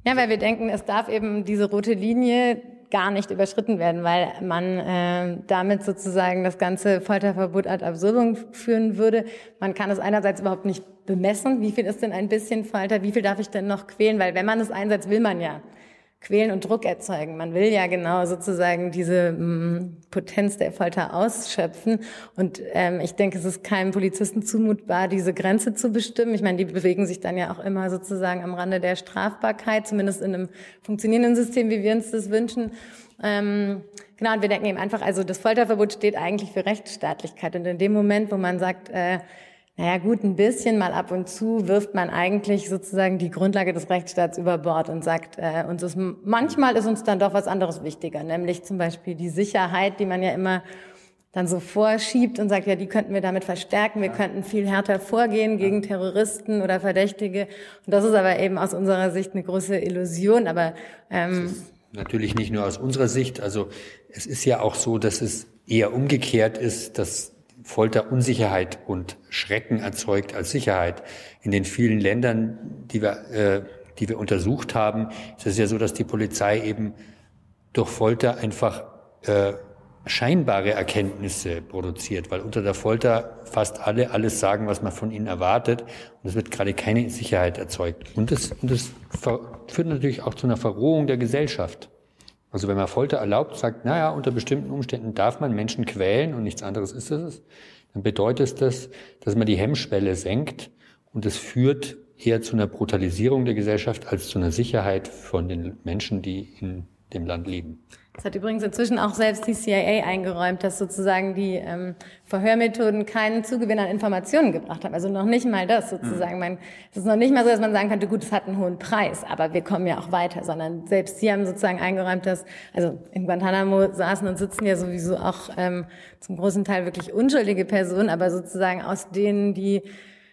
Ja, weil wir denken, es darf eben diese rote Linie gar nicht überschritten werden, weil man äh, damit sozusagen das ganze Folterverbot ad absurdum führen würde. Man kann es einerseits überhaupt nicht bemessen, wie viel ist denn ein bisschen Folter, wie viel darf ich denn noch quälen, weil wenn man es einsetzt, will man ja quälen und Druck erzeugen. Man will ja genau sozusagen diese mh, Potenz der Folter ausschöpfen. Und ähm, ich denke, es ist keinem Polizisten zumutbar, diese Grenze zu bestimmen. Ich meine, die bewegen sich dann ja auch immer sozusagen am Rande der Strafbarkeit, zumindest in einem funktionierenden System, wie wir uns das wünschen. Ähm, genau, und wir denken eben einfach, also das Folterverbot steht eigentlich für Rechtsstaatlichkeit. Und in dem Moment, wo man sagt, äh, naja gut, ein bisschen mal ab und zu wirft man eigentlich sozusagen die Grundlage des Rechtsstaats über Bord und sagt, äh, uns ist, manchmal ist uns dann doch was anderes wichtiger, nämlich zum Beispiel die Sicherheit, die man ja immer dann so vorschiebt und sagt, ja, die könnten wir damit verstärken, wir könnten viel härter vorgehen gegen Terroristen oder Verdächtige. Und das ist aber eben aus unserer Sicht eine große Illusion, aber ähm, natürlich nicht nur aus unserer Sicht, also es ist ja auch so, dass es eher umgekehrt ist, dass Folter Unsicherheit und Schrecken erzeugt als Sicherheit. In den vielen Ländern, die wir, äh, die wir untersucht haben, ist es ja so, dass die Polizei eben durch Folter einfach äh, scheinbare Erkenntnisse produziert, weil unter der Folter fast alle alles sagen, was man von ihnen erwartet, und es wird gerade keine Sicherheit erzeugt. Und das, und das führt natürlich auch zu einer Verrohung der Gesellschaft. Also wenn man Folter erlaubt, sagt, naja, unter bestimmten Umständen darf man Menschen quälen und nichts anderes ist es, dann bedeutet das, dass man die Hemmschwelle senkt und es führt eher zu einer Brutalisierung der Gesellschaft als zu einer Sicherheit von den Menschen, die in dem Land leben. Das hat übrigens inzwischen auch selbst die C I A eingeräumt, dass sozusagen die ähm, Verhörmethoden keinen Zugewinn an Informationen gebracht haben. Also noch nicht mal das sozusagen. Man, es ist noch nicht mal so, dass man sagen könnte, gut, es hat einen hohen Preis, aber wir kommen ja auch weiter, sondern selbst sie haben sozusagen eingeräumt, dass, also in Guantanamo saßen und sitzen ja sowieso auch ähm, zum großen Teil wirklich unschuldige Personen, aber sozusagen aus denen, die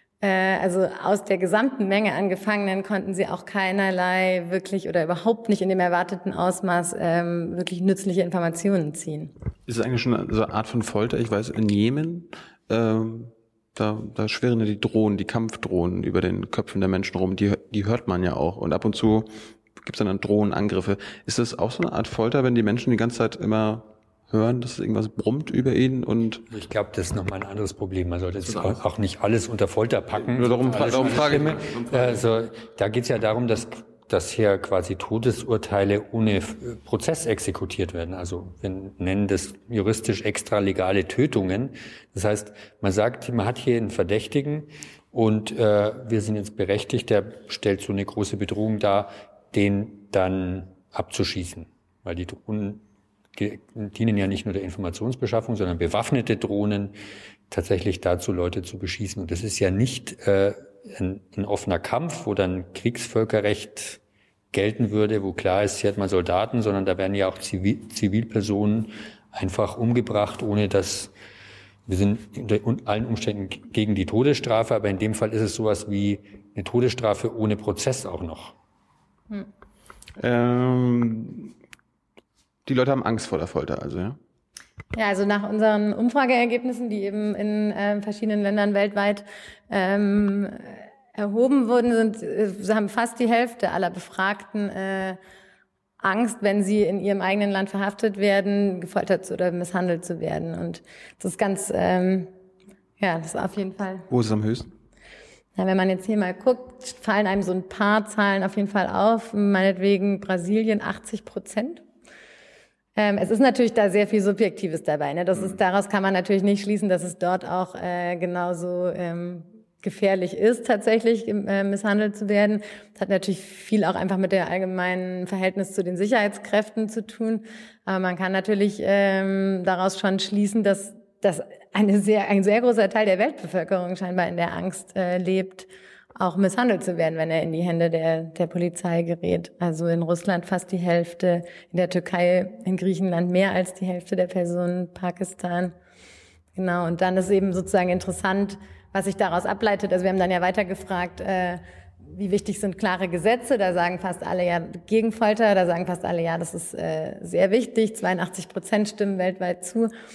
also aus der gesamten Menge an Gefangenen konnten sie auch keinerlei wirklich oder überhaupt nicht in dem erwarteten Ausmaß ähm, wirklich nützliche Informationen ziehen. Ist es eigentlich schon so eine Art von Folter? Ich weiß, in Jemen, ähm, da, da schwirren ja die Drohnen, die Kampfdrohnen über den Köpfen der Menschen rum. Die, die hört man ja auch. Und ab und zu gibt es dann Drohnenangriffe. Ist das auch so eine Art Folter, wenn die Menschen die ganze Zeit immer hören, dass irgendwas brummt über ihn? Und ich glaube, das ist nochmal ein anderes Problem. Man sollte jetzt auch, auch nicht alles unter Folter packen. Nur darum, darum frage ich. Also da geht es ja darum, dass, dass hier quasi Todesurteile ohne Prozess exekutiert werden. Also wir nennen das juristisch extralegale Tötungen. Das heißt, man sagt, man hat hier einen Verdächtigen und äh, wir sind jetzt berechtigt, der stellt so eine große Bedrohung dar, den dann abzuschießen. Weil die Drohnen dienen ja nicht nur der Informationsbeschaffung, sondern bewaffnete Drohnen tatsächlich dazu, Leute zu beschießen. Und das ist ja nicht äh, ein, ein offener Kampf, wo dann Kriegsvölkerrecht gelten würde, wo klar ist, hier hat man Soldaten, sondern da werden ja auch Zivil, Zivilpersonen einfach umgebracht, ohne dass wir sind unter allen Umständen gegen die Todesstrafe, aber in dem Fall ist es sowas wie eine Todesstrafe ohne Prozess auch noch. Hm. Ähm Die Leute haben Angst vor der Folter, also, ja? Ja, also nach unseren Umfrageergebnissen, die eben in äh, verschiedenen Ländern weltweit ähm, erhoben wurden, sind, äh, haben fast die Hälfte aller Befragten äh, Angst, wenn sie in ihrem eigenen Land verhaftet werden, gefoltert oder misshandelt zu werden. Und das ist ganz, ähm, ja, das ist auf jeden Fall. Wo ist es am höchsten? Ja, wenn man jetzt hier mal guckt, fallen einem so ein paar Zahlen auf jeden Fall auf. Meinetwegen Brasilien achtzig Prozent. Ähm, es ist natürlich da sehr viel Subjektives dabei. Ne? Das ist, daraus kann man natürlich nicht schließen, dass es dort auch äh, genauso ähm, gefährlich ist, tatsächlich äh, misshandelt zu werden. Das hat natürlich viel auch einfach mit der allgemeinen Verhältnis zu den Sicherheitskräften zu tun. Aber man kann natürlich ähm, daraus schon schließen, dass, dass eine sehr, ein sehr großer Teil der Weltbevölkerung scheinbar in der Angst äh, lebt, auch misshandelt zu werden, wenn er in die Hände der, der Polizei gerät. Also in Russland fast die Hälfte, in der Türkei, in Griechenland mehr als die Hälfte der Personen, Pakistan. Genau, und dann ist eben sozusagen interessant, was sich daraus ableitet. Also wir haben dann ja weiter gefragt, äh, wie wichtig sind klare Gesetze? Da sagen fast alle ja gegen Folter, da sagen fast alle ja, das ist äh, sehr wichtig. zweiundachtzig Prozent stimmen weltweit zu.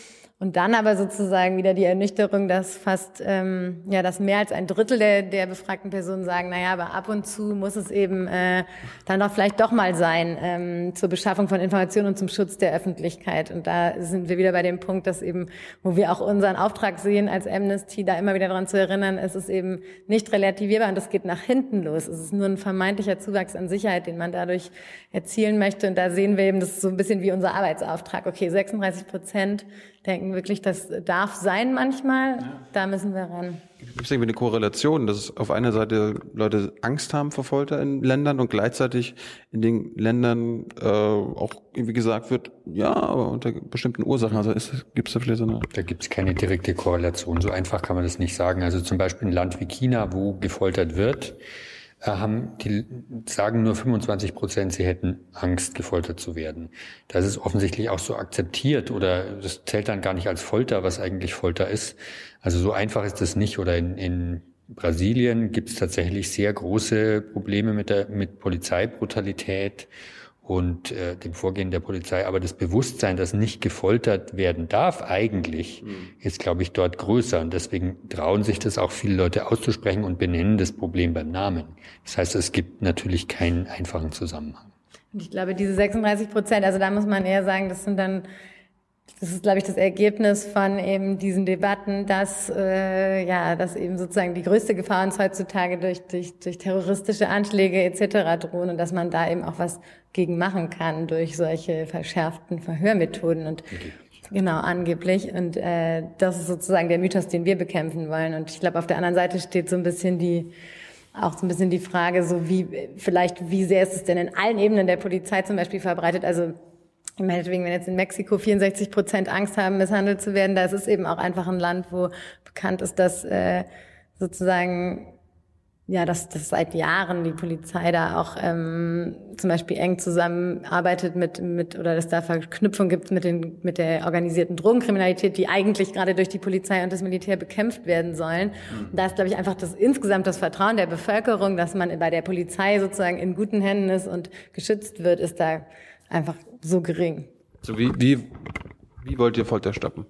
Und dann aber sozusagen wieder die Ernüchterung, dass fast, ähm, ja, dass mehr als ein Drittel der, der befragten Personen sagen, naja, aber ab und zu muss es eben äh, dann doch vielleicht doch mal sein ähm, zur Beschaffung von Informationen und zum Schutz der Öffentlichkeit. Und da sind wir wieder bei dem Punkt, dass eben, wo wir auch unseren Auftrag sehen als Amnesty, da immer wieder daran zu erinnern, es ist eben nicht relativierbar und das geht nach hinten los. Es ist nur ein vermeintlicher Zuwachs an Sicherheit, den man dadurch erzielen möchte. Und da sehen wir eben, das ist so ein bisschen wie unser Arbeitsauftrag. Okay, sechsunddreißig Prozent denken wirklich, das darf sein manchmal, ja. Da müssen wir ran. Gibt es irgendwie eine Korrelation, dass auf einer Seite Leute Angst haben vor Folter in Ländern und gleichzeitig in den Ländern äh, auch irgendwie gesagt wird, ja, aber unter bestimmten Ursachen, also gibt es da vielleicht so eine... Da gibt es keine direkte Korrelation, so einfach kann man das nicht sagen. Also zum Beispiel ein Land wie China, wo gefoltert wird, haben die sagen nur fünfundzwanzig Prozent, sie hätten Angst, gefoltert zu werden. Das ist offensichtlich auch so akzeptiert oder das zählt dann gar nicht als Folter, was eigentlich Folter ist. Also so einfach ist das nicht. Oder in, in Brasilien gibt es tatsächlich sehr große Probleme mit der mit Polizeibrutalität und äh, dem Vorgehen der Polizei. Aber das Bewusstsein, dass nicht gefoltert werden darf eigentlich, mhm. ist, glaube ich, dort größer. Und deswegen trauen sich das auch viele Leute auszusprechen und benennen das Problem beim Namen. Das heißt, es gibt natürlich keinen einfachen Zusammenhang. Und ich glaube, diese sechsunddreißig Prozent, also da muss man eher sagen, das sind dann, das ist, glaube ich, das Ergebnis von eben diesen Debatten, dass äh, ja, dass eben sozusagen die größte Gefahr uns heutzutage durch durch durch terroristische Anschläge et cetera drohen und dass man da eben auch was gegen machen kann durch solche verschärften Verhörmethoden und okay. Genau, angeblich. Und äh, das ist sozusagen der Mythos, den wir bekämpfen wollen. Und ich glaube, auf der anderen Seite steht so ein bisschen die auch so ein bisschen die Frage, so wie vielleicht wie sehr ist es denn in allen Ebenen der Polizei zum Beispiel verbreitet? Also meinetwegen, wenn jetzt in Mexiko vierundsechzig Prozent Angst haben, misshandelt zu werden, da ist es eben auch einfach ein Land, wo bekannt ist, dass äh, sozusagen, ja, dass, dass seit Jahren die Polizei da auch ähm, zum Beispiel eng zusammenarbeitet mit, mit oder dass da Verknüpfung gibt mit den mit der organisierten Drogenkriminalität, die eigentlich gerade durch die Polizei und das Militär bekämpft werden sollen. Mhm. Da ist, glaube ich, einfach das insgesamt das Vertrauen der Bevölkerung, dass man bei der Polizei sozusagen in guten Händen ist und geschützt wird, ist da einfach so gering. So wie, wie, wie wollt ihr Folter stoppen?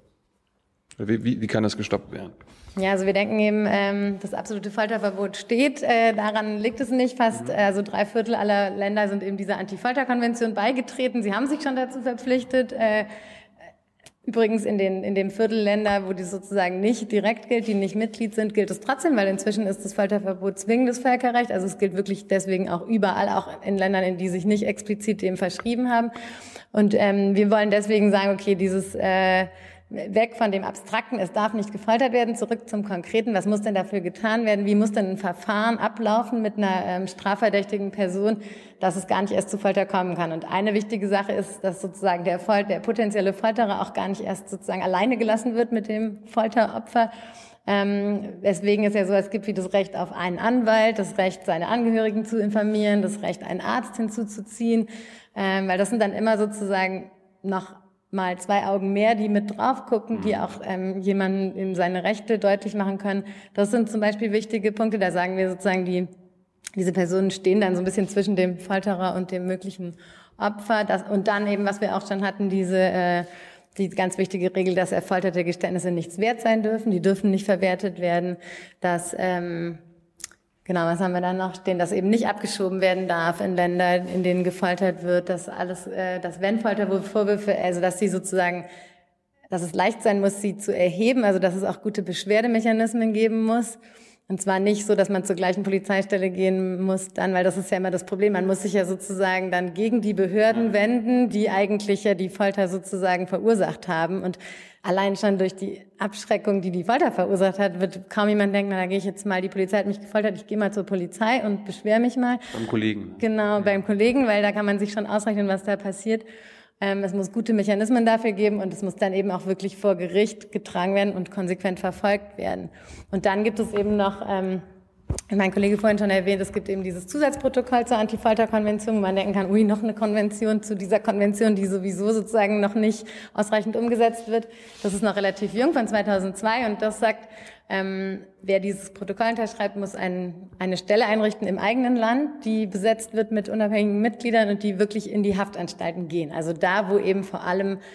Wie, wie, wie kann das gestoppt werden? Ja, also wir denken eben, ähm, das absolute Folterverbot steht. Äh, daran liegt es nicht. Fast mhm. also drei Viertel aller Länder sind eben dieser Anti-Folter-Konvention beigetreten. Sie haben sich schon dazu verpflichtet. Äh, Übrigens in den in dem Viertel Länder, wo die sozusagen nicht direkt gilt, die nicht Mitglied sind, gilt es trotzdem, weil inzwischen ist das Folterverbot zwingendes Völkerrecht. Also es gilt wirklich deswegen auch überall, auch in Ländern, in die sich nicht explizit dem verschrieben haben. Und ähm, wir wollen deswegen sagen, okay, dieses äh, weg von dem Abstrakten, es darf nicht gefoltert werden, zurück zum Konkreten. Was muss denn dafür getan werden? Wie muss denn ein Verfahren ablaufen mit einer ähm, strafverdächtigen Person, dass es gar nicht erst zu Folter kommen kann? Und eine wichtige Sache ist, dass sozusagen der, Fol- der potenzielle Folterer auch gar nicht erst sozusagen alleine gelassen wird mit dem Folteropfer. Ähm, deswegen ist ja so, es gibt wie das Recht auf einen Anwalt, das Recht, seine Angehörigen zu informieren, das Recht, einen Arzt hinzuzuziehen, ähm, weil das sind dann immer sozusagen noch mal zwei Augen mehr, die mit drauf gucken, die auch ähm, jemandem in seine Rechte deutlich machen können. Das sind zum Beispiel wichtige Punkte. Da sagen wir sozusagen, die diese Personen stehen dann so ein bisschen zwischen dem Folterer und dem möglichen Opfer. Das, und dann eben, was wir auch schon hatten, diese äh, die ganz wichtige Regel, dass erfolterte Geständnisse nichts wert sein dürfen. Die dürfen nicht verwertet werden. Dass ähm, Genau, was haben wir dann noch? Den, dass eben nicht abgeschoben werden darf in Länder, in denen gefoltert wird, dass alles, äh, dass wenn Foltervorwürfe, also dass sie sozusagen, dass es leicht sein muss, sie zu erheben, also dass es auch gute Beschwerdemechanismen geben muss. Und zwar nicht so, dass man zur gleichen Polizeistelle gehen muss dann, weil das ist ja immer das Problem. Man muss sich ja sozusagen dann gegen die Behörden wenden, die eigentlich ja die Folter sozusagen verursacht haben. Und allein schon durch die Abschreckung, die die Folter verursacht hat, wird kaum jemand denken, na, da gehe ich jetzt mal, die Polizei hat mich gefoltert, ich gehe mal zur Polizei und beschwere mich mal. Beim Kollegen. Genau, beim Kollegen, weil da kann man sich schon ausrechnen, was da passiert. Ähm, es muss gute Mechanismen dafür geben und es muss dann eben auch wirklich vor Gericht getragen werden und konsequent verfolgt werden. Und dann gibt es eben noch, ähm, mein Kollege vorhin schon erwähnt, es gibt eben dieses Zusatzprotokoll zur Anti-Folter-Konvention, wo man denken kann, ui, noch eine Konvention zu dieser Konvention, die sowieso sozusagen noch nicht ausreichend umgesetzt wird. Das ist noch relativ jung, von zweitausendzwei, und das sagt, ähm, wer dieses Protokoll unterschreibt, muss ein, eine Stelle einrichten im eigenen Land, die besetzt wird mit unabhängigen Mitgliedern und die wirklich in die Haftanstalten gehen. Also da, wo eben vor allem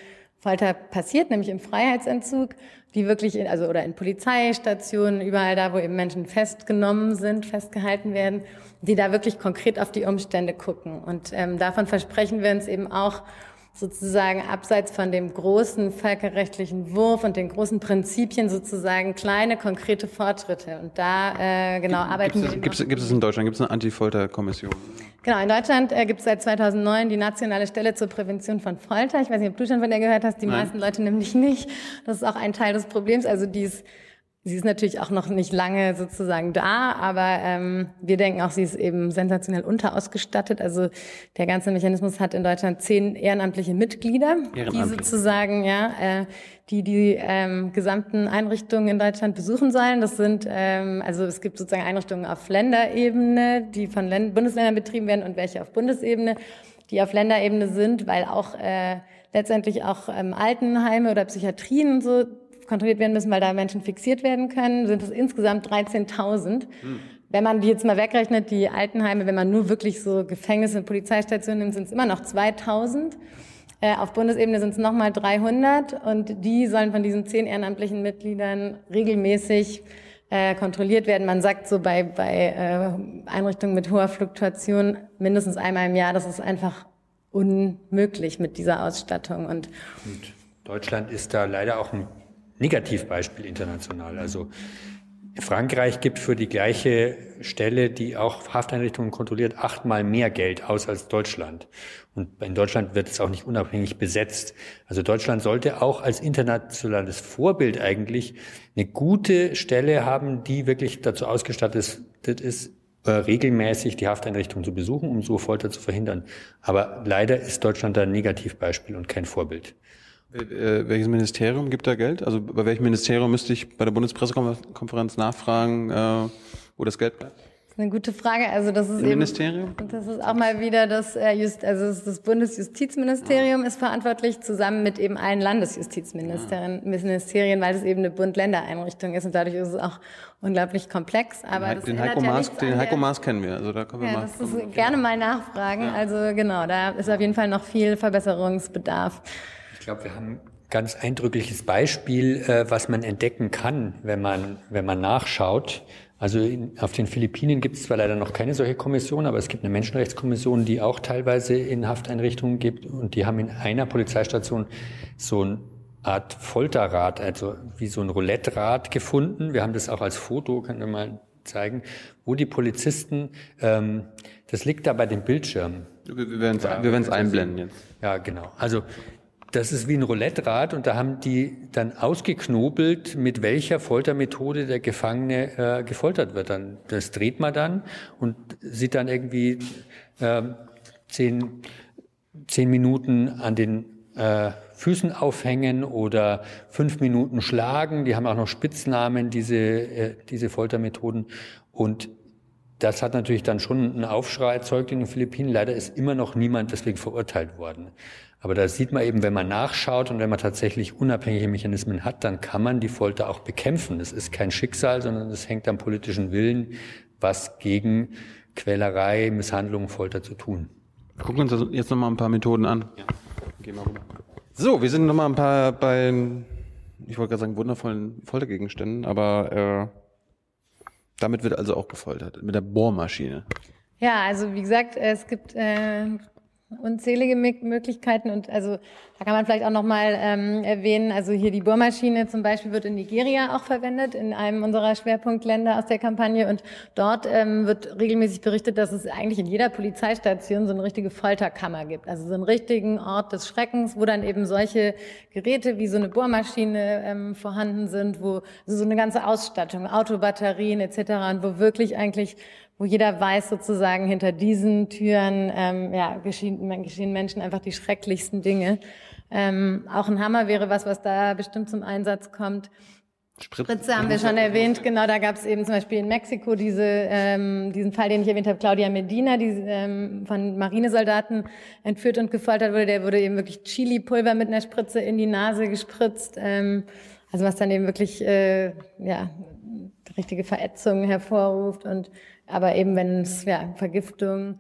Folter passiert, nämlich im Freiheitsentzug, die wirklich, in, also oder in Polizeistationen, überall da, wo eben Menschen festgenommen sind, festgehalten werden, die da wirklich konkret auf die Umstände gucken. Und ähm, davon versprechen wir uns eben auch sozusagen abseits von dem großen völkerrechtlichen Wurf und den großen Prinzipien sozusagen kleine, konkrete Fortschritte. Und da äh, genau Gibt, arbeiten gibt wir. Gibt es, gibt es in Deutschland, gibt es eine Anti-Folter-Kommission? Genau, in Deutschland äh, gibt es seit zweitausendneun die Nationale Stelle zur Prävention von Folter. Ich weiß nicht, ob du schon von der gehört hast, die Nein. meisten Leute nämlich nicht. Das ist auch ein Teil des Problems. Also die ist, sie ist natürlich auch noch nicht lange sozusagen da, aber ähm, wir denken auch, sie ist eben sensationell unterausgestattet. Also der ganze Mechanismus hat in Deutschland zehn ehrenamtliche Mitglieder, die sozusagen ja äh, die die ähm, gesamten Einrichtungen in Deutschland besuchen sollen. Das sind ähm, also es gibt sozusagen Einrichtungen auf Länderebene, die von Länd- Bundesländern betrieben werden und welche auf Bundesebene, die auf Länderebene sind, weil auch äh, letztendlich auch ähm, Altenheime oder Psychiatrien und so kontrolliert werden müssen, weil da Menschen fixiert werden können, sind es insgesamt dreizehntausend. Hm. Wenn man die jetzt mal wegrechnet, die Altenheime, wenn man nur wirklich so Gefängnisse und Polizeistationen nimmt, sind es immer noch zweitausend. Äh, auf Bundesebene sind es nochmal dreihundert und die sollen von diesen zehn ehrenamtlichen Mitgliedern regelmäßig äh, kontrolliert werden. Man sagt so bei, bei äh, Einrichtungen mit hoher Fluktuation mindestens einmal im Jahr, das ist einfach unmöglich mit dieser Ausstattung. Und, und Deutschland ist da leider auch ein Negativbeispiel international. Also Frankreich gibt für die gleiche Stelle, die auch Hafteinrichtungen kontrolliert, achtmal mehr Geld aus als Deutschland. Und in Deutschland wird es auch nicht unabhängig besetzt. Also Deutschland sollte auch als internationales Vorbild eigentlich eine gute Stelle haben, die wirklich dazu ausgestattet ist, regelmäßig die Hafteinrichtung zu besuchen, um so Folter zu verhindern. Aber leider ist Deutschland da ein Negativbeispiel und kein Vorbild. Welches Ministerium gibt da Geld? Also bei welchem Ministerium müsste ich bei der Bundespressekonferenz nachfragen, äh, wo das Geld bleibt? Das ist eine gute Frage. Also das ist Im eben, Ministerium? Das ist auch mal wieder das äh, Just, also das Bundesjustizministerium ist verantwortlich zusammen mit eben allen Landesjustizministerien, Ministerien, weil es eben eine Bund-Länder-Einrichtung ist und dadurch ist es auch unglaublich komplex. Aber den das den Heiko ja Maas, den Heiko der, Maas kennen wir. Also da können wir ja, mal. Das ist gerne mal nachfragen. Ja. Also genau, da ist auf jeden Fall noch viel Verbesserungsbedarf. Ich glaube, wir haben ganz eindrückliches Beispiel, äh, was man entdecken kann, wenn man wenn man nachschaut. Also in, auf den Philippinen gibt es zwar leider noch keine solche Kommission, aber es gibt eine Menschenrechtskommission, die auch teilweise in Hafteinrichtungen gibt und die haben in einer Polizeistation so eine Art Folterrad, also wie so ein Roulette-Rad gefunden. Wir haben das auch als Foto, können wir mal zeigen, wo die Polizisten, ähm, das liegt da bei dem Bildschirm. Wir werden es wir werden's einblenden jetzt. Ja, genau. Also das ist wie ein Roulette-Rad und da haben die dann ausgeknobelt, mit welcher Foltermethode der Gefangene äh, gefoltert wird. Dann das dreht man dann und sieht dann irgendwie äh, zehn, zehn Minuten an den äh, Füßen aufhängen oder fünf Minuten schlagen. Die haben auch noch Spitznamen, diese äh, diese Foltermethoden. Und das hat natürlich dann schon einen Aufschrei erzeugt in den Philippinen. Leider ist immer noch niemand deswegen verurteilt worden. Aber da sieht man eben, wenn man nachschaut und wenn man tatsächlich unabhängige Mechanismen hat, dann kann man die Folter auch bekämpfen. Das ist kein Schicksal, sondern es hängt am politischen Willen, was gegen Quälerei, Misshandlung, Folter zu tun. Wir gucken uns jetzt noch mal ein paar Methoden an. Ja. Gehen wir rüber. So, wir sind noch mal ein paar bei, ich wollte gerade sagen, wundervollen Foltergegenständen, aber äh, damit wird also auch gefoltert, mit der Bohrmaschine. Ja, also wie gesagt, es gibt äh, unzählige Möglichkeiten und also da kann man vielleicht auch nochmal ähm, erwähnen, also hier die Bohrmaschine zum Beispiel wird in Nigeria auch verwendet, in einem unserer Schwerpunktländer aus der Kampagne und dort ähm, wird regelmäßig berichtet, dass es eigentlich in jeder Polizeistation so eine richtige Folterkammer gibt, also so einen richtigen Ort des Schreckens, wo dann eben solche Geräte wie so eine Bohrmaschine ähm, vorhanden sind, wo also so eine ganze Ausstattung, Autobatterien et cetera und wo wirklich eigentlich wo jeder weiß sozusagen, hinter diesen Türen ähm, ja, geschehen, geschehen Menschen einfach die schrecklichsten Dinge. Ähm, auch ein Hammer wäre was, was da bestimmt zum Einsatz kommt. Spritze, Spritze haben wir schon erwähnt, genau, da gab es eben zum Beispiel in Mexiko diese, ähm, diesen Fall, den ich erwähnt habe, Claudia Medina, die ähm, von Marinesoldaten entführt und gefoltert wurde. Der wurde eben wirklich Chili-Pulver mit einer Spritze in die Nase gespritzt, ähm, also was dann eben wirklich äh, ja richtige Verätzungen hervorruft und aber eben wenn es ja Vergiftung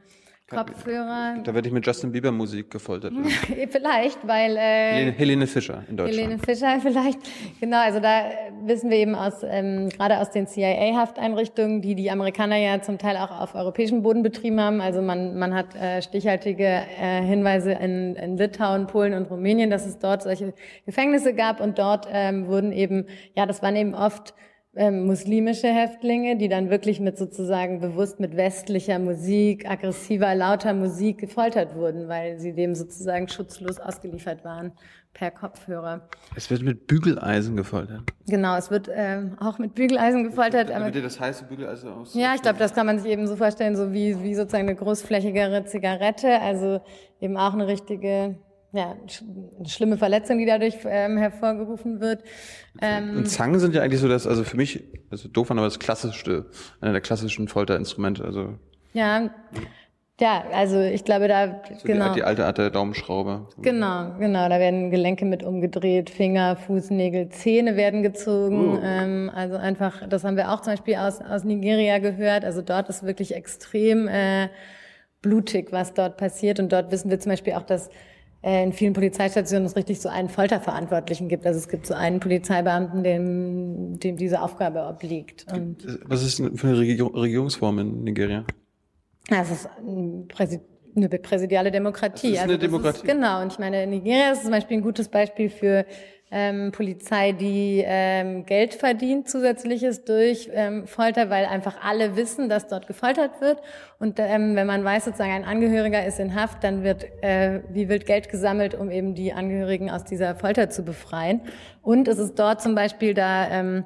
Kopfhörer. Da werde ich mit Justin Bieber Musik gefoltert. Vielleicht, weil... Äh, Helene, Helene Fischer in Deutschland. Helene Fischer vielleicht. Genau, also da wissen wir eben aus ähm, gerade aus den C I A-Hafteinrichtungen, die die Amerikaner ja zum Teil auch auf europäischem Boden betrieben haben. Also man man hat äh, stichhaltige äh, Hinweise in, in Litauen, Polen und Rumänien, dass es dort solche Gefängnisse gab. Und dort ähm, wurden eben, ja, das waren eben oft Ähm, muslimische Häftlinge, die dann wirklich mit sozusagen bewusst mit westlicher Musik, aggressiver, lauter Musik gefoltert wurden, weil sie dem sozusagen schutzlos ausgeliefert waren per Kopfhörer. Es wird mit Bügeleisen gefoltert. Genau, es wird ähm, auch mit Bügeleisen gefoltert. Damit ihr das heiße Bügeleisen aus? Ja, ich glaube, das kann man sich eben so vorstellen, so wie wie sozusagen eine großflächigere Zigarette, also eben auch eine richtige, ja, eine schlimme Verletzung, die dadurch ähm, hervorgerufen wird. Ähm, und Zangen sind ja eigentlich so das, also für mich, also doof, aber das klassischste, einer der klassischen Folterinstrumente. Also ja, ja, also ich glaube, da so genau die, die alte Art der Daumenschraube. Genau, genau, da werden Gelenke mit umgedreht, Finger, Fußnägel, Zähne werden gezogen. Uh. Ähm, also einfach, das haben wir auch zum Beispiel aus aus Nigeria gehört. Also dort ist wirklich extrem äh, blutig, was dort passiert. Und dort wissen wir zum Beispiel auch, dass in vielen Polizeistationen es richtig so einen Folterverantwortlichen gibt. Also es gibt so einen Polizeibeamten, dem, dem diese Aufgabe obliegt. Und was ist denn für eine Regierungsform in Nigeria? Das ist ein Präsid- eine präsidiale Demokratie. Das ist eine also das Demokratie. Ist, genau. Und ich meine, Nigeria ist zum Beispiel ein gutes Beispiel für ähm, Polizei, die ähm, Geld verdient, zusätzliches durch ähm, Folter, weil einfach alle wissen, dass dort gefoltert wird. Und ähm, wenn man weiß, sozusagen ein Angehöriger ist in Haft, dann wird äh, wie wild Geld gesammelt, um eben die Angehörigen aus dieser Folter zu befreien. Und es ist dort zum Beispiel da ähm,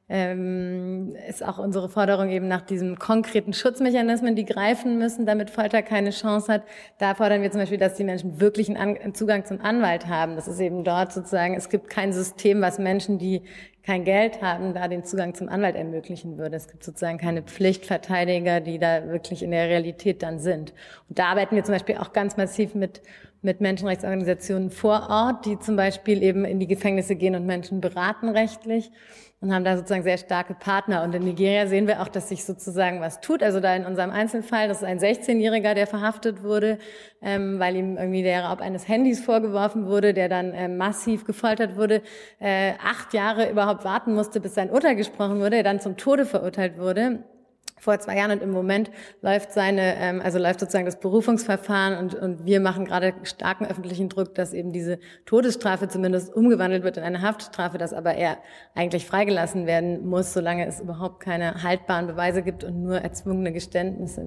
ähm, ist auch unsere Forderung eben nach diesen konkreten Schutzmechanismen, die greifen müssen, damit Folter keine Chance hat. Da fordern wir zum Beispiel, dass die Menschen wirklich einen, An- Zugang zum Anwalt haben. Das ist eben dort sozusagen, es gibt kein System, was Menschen, die kein Geld haben, da den Zugang zum Anwalt ermöglichen würde. Es gibt sozusagen keine Pflichtverteidiger, die da wirklich in der Realität dann sind. Und da arbeiten wir zum Beispiel auch ganz massiv mit mit Menschenrechtsorganisationen vor Ort, die zum Beispiel eben in die Gefängnisse gehen und Menschen beraten rechtlich und haben da sozusagen sehr starke Partner. Und in Nigeria sehen wir auch, dass sich sozusagen was tut. Also da in unserem Einzelfall, das ist ein sechzehnjähriger, der verhaftet wurde, ähm, weil ihm irgendwie der Raub eines Handys vorgeworfen wurde, der dann ähm, massiv gefoltert wurde, äh, acht Jahre überhaupt warten musste, bis sein Urteil gesprochen wurde, er dann zum Tode verurteilt wurde. Vor zwei Jahren, und im Moment läuft seine, ähm, also läuft sozusagen das Berufungsverfahren und, und wir machen gerade starken öffentlichen Druck, dass eben diese Todesstrafe zumindest umgewandelt wird in eine Haftstrafe, dass aber er eigentlich freigelassen werden muss, solange es überhaupt keine haltbaren Beweise gibt und nur erzwungene Geständnisse.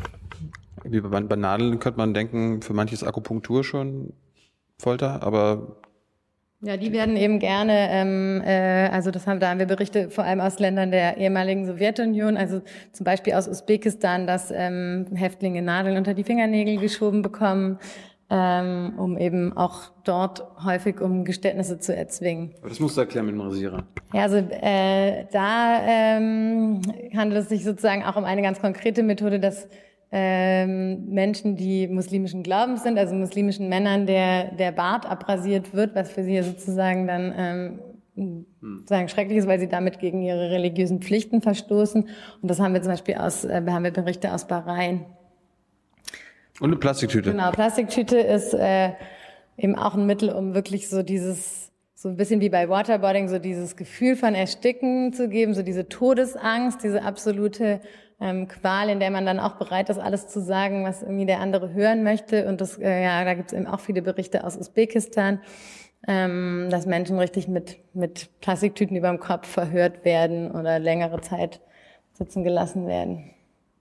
Wie bei, bei Nadeln könnte man denken, für manches Akupunktur schon Folter, aber ja, die werden eben gerne, ähm, äh, also das haben, da haben wir Berichte vor allem aus Ländern der ehemaligen Sowjetunion, also zum Beispiel aus Usbekistan, dass ähm, Häftlinge Nadeln unter die Fingernägel geschoben bekommen, ähm, um eben auch dort häufig um Geständnisse zu erzwingen. Aber das musst du erklären mit dem Rasierer. Ja, also äh, da ähm, handelt es sich sozusagen auch um eine ganz konkrete Methode, dass ähm, Menschen, die muslimischen Glaubens sind, also muslimischen Männern, der der Bart abrasiert wird, was für sie sozusagen dann ähm, hm. sagen schrecklich ist, weil sie damit gegen ihre religiösen Pflichten verstoßen. Und das haben wir zum Beispiel aus, äh, haben wir Berichte aus Bahrain. Und eine Plastiktüte. Genau, Plastiktüte ist äh, eben auch ein Mittel, um wirklich so dieses, so ein bisschen wie bei Waterboarding, so dieses Gefühl von Ersticken zu geben, so diese Todesangst, diese absolute ähm, Qual, in der man dann auch bereit ist, alles zu sagen, was irgendwie der andere hören möchte. Und das, äh, ja, da gibt es eben auch viele Berichte aus Usbekistan, ähm, dass Menschen richtig mit mit Plastiktüten über dem Kopf verhört werden oder längere Zeit sitzen gelassen werden.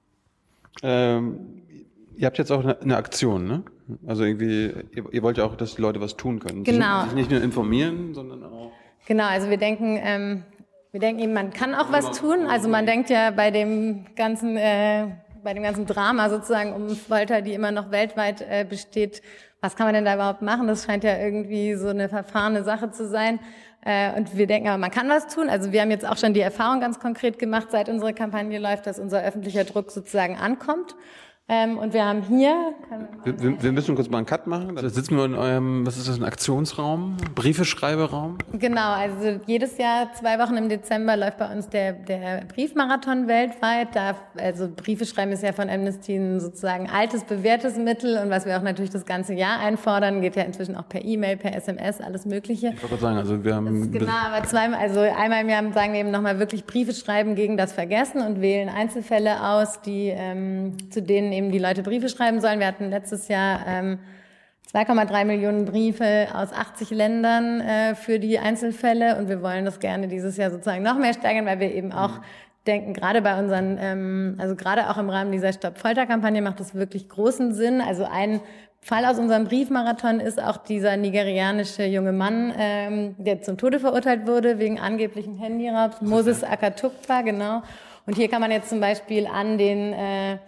Ähm, ihr habt jetzt auch eine, eine Aktion, ne? Also irgendwie, ihr, ihr wollt ja auch, dass die Leute was tun können. Genau. Sich nicht nur informieren, sondern auch... Genau, also wir denken, ähm, wir denken eben, man kann auch was tun. Also man denkt ja bei dem ganzen, äh, bei dem ganzen Drama sozusagen um Folter, die immer noch weltweit äh, besteht, was kann man denn da überhaupt machen? Das scheint ja irgendwie so eine verfahrene Sache zu sein. Äh, und wir denken aber, man kann was tun. Also wir haben jetzt auch schon die Erfahrung ganz konkret gemacht, seit unsere Kampagne läuft, dass unser öffentlicher Druck sozusagen ankommt. Ähm, und wir haben hier... Wir, wir, wir müssen kurz mal einen Cut machen. Da sitzen wir in eurem, was ist das, ein Aktionsraum? Briefeschreiberaum? Genau, also jedes Jahr, zwei Wochen im Dezember, läuft bei uns der, der Briefmarathon weltweit. Da, also Briefe schreiben ist ja von Amnesty ein sozusagen altes, bewährtes Mittel. Und was wir auch natürlich das ganze Jahr einfordern, geht ja inzwischen auch per E-Mail, per S M S, alles Mögliche. Ich wollte sagen, also wir haben... Genau, aber zweimal, also einmal im Jahr sagen wir eben nochmal wirklich Briefe schreiben gegen das Vergessen und wählen Einzelfälle aus, die ähm, zu denen eben die Leute Briefe schreiben sollen. Wir hatten letztes Jahr ähm, zwei Komma drei Millionen Briefe aus achtzig Ländern äh, für die Einzelfälle und wir wollen das gerne dieses Jahr sozusagen noch mehr steigern, weil wir eben auch denken, gerade bei unseren, ähm, also gerade auch im Rahmen dieser Stopp-Folter-Kampagne macht das wirklich großen Sinn. Also ein Fall aus unserem Briefmarathon ist auch dieser nigerianische junge Mann, ähm, der zum Tode verurteilt wurde wegen angeblichen Handyraubs, Moses Akatukwa, genau. Und hier kann man jetzt zum Beispiel an den äh,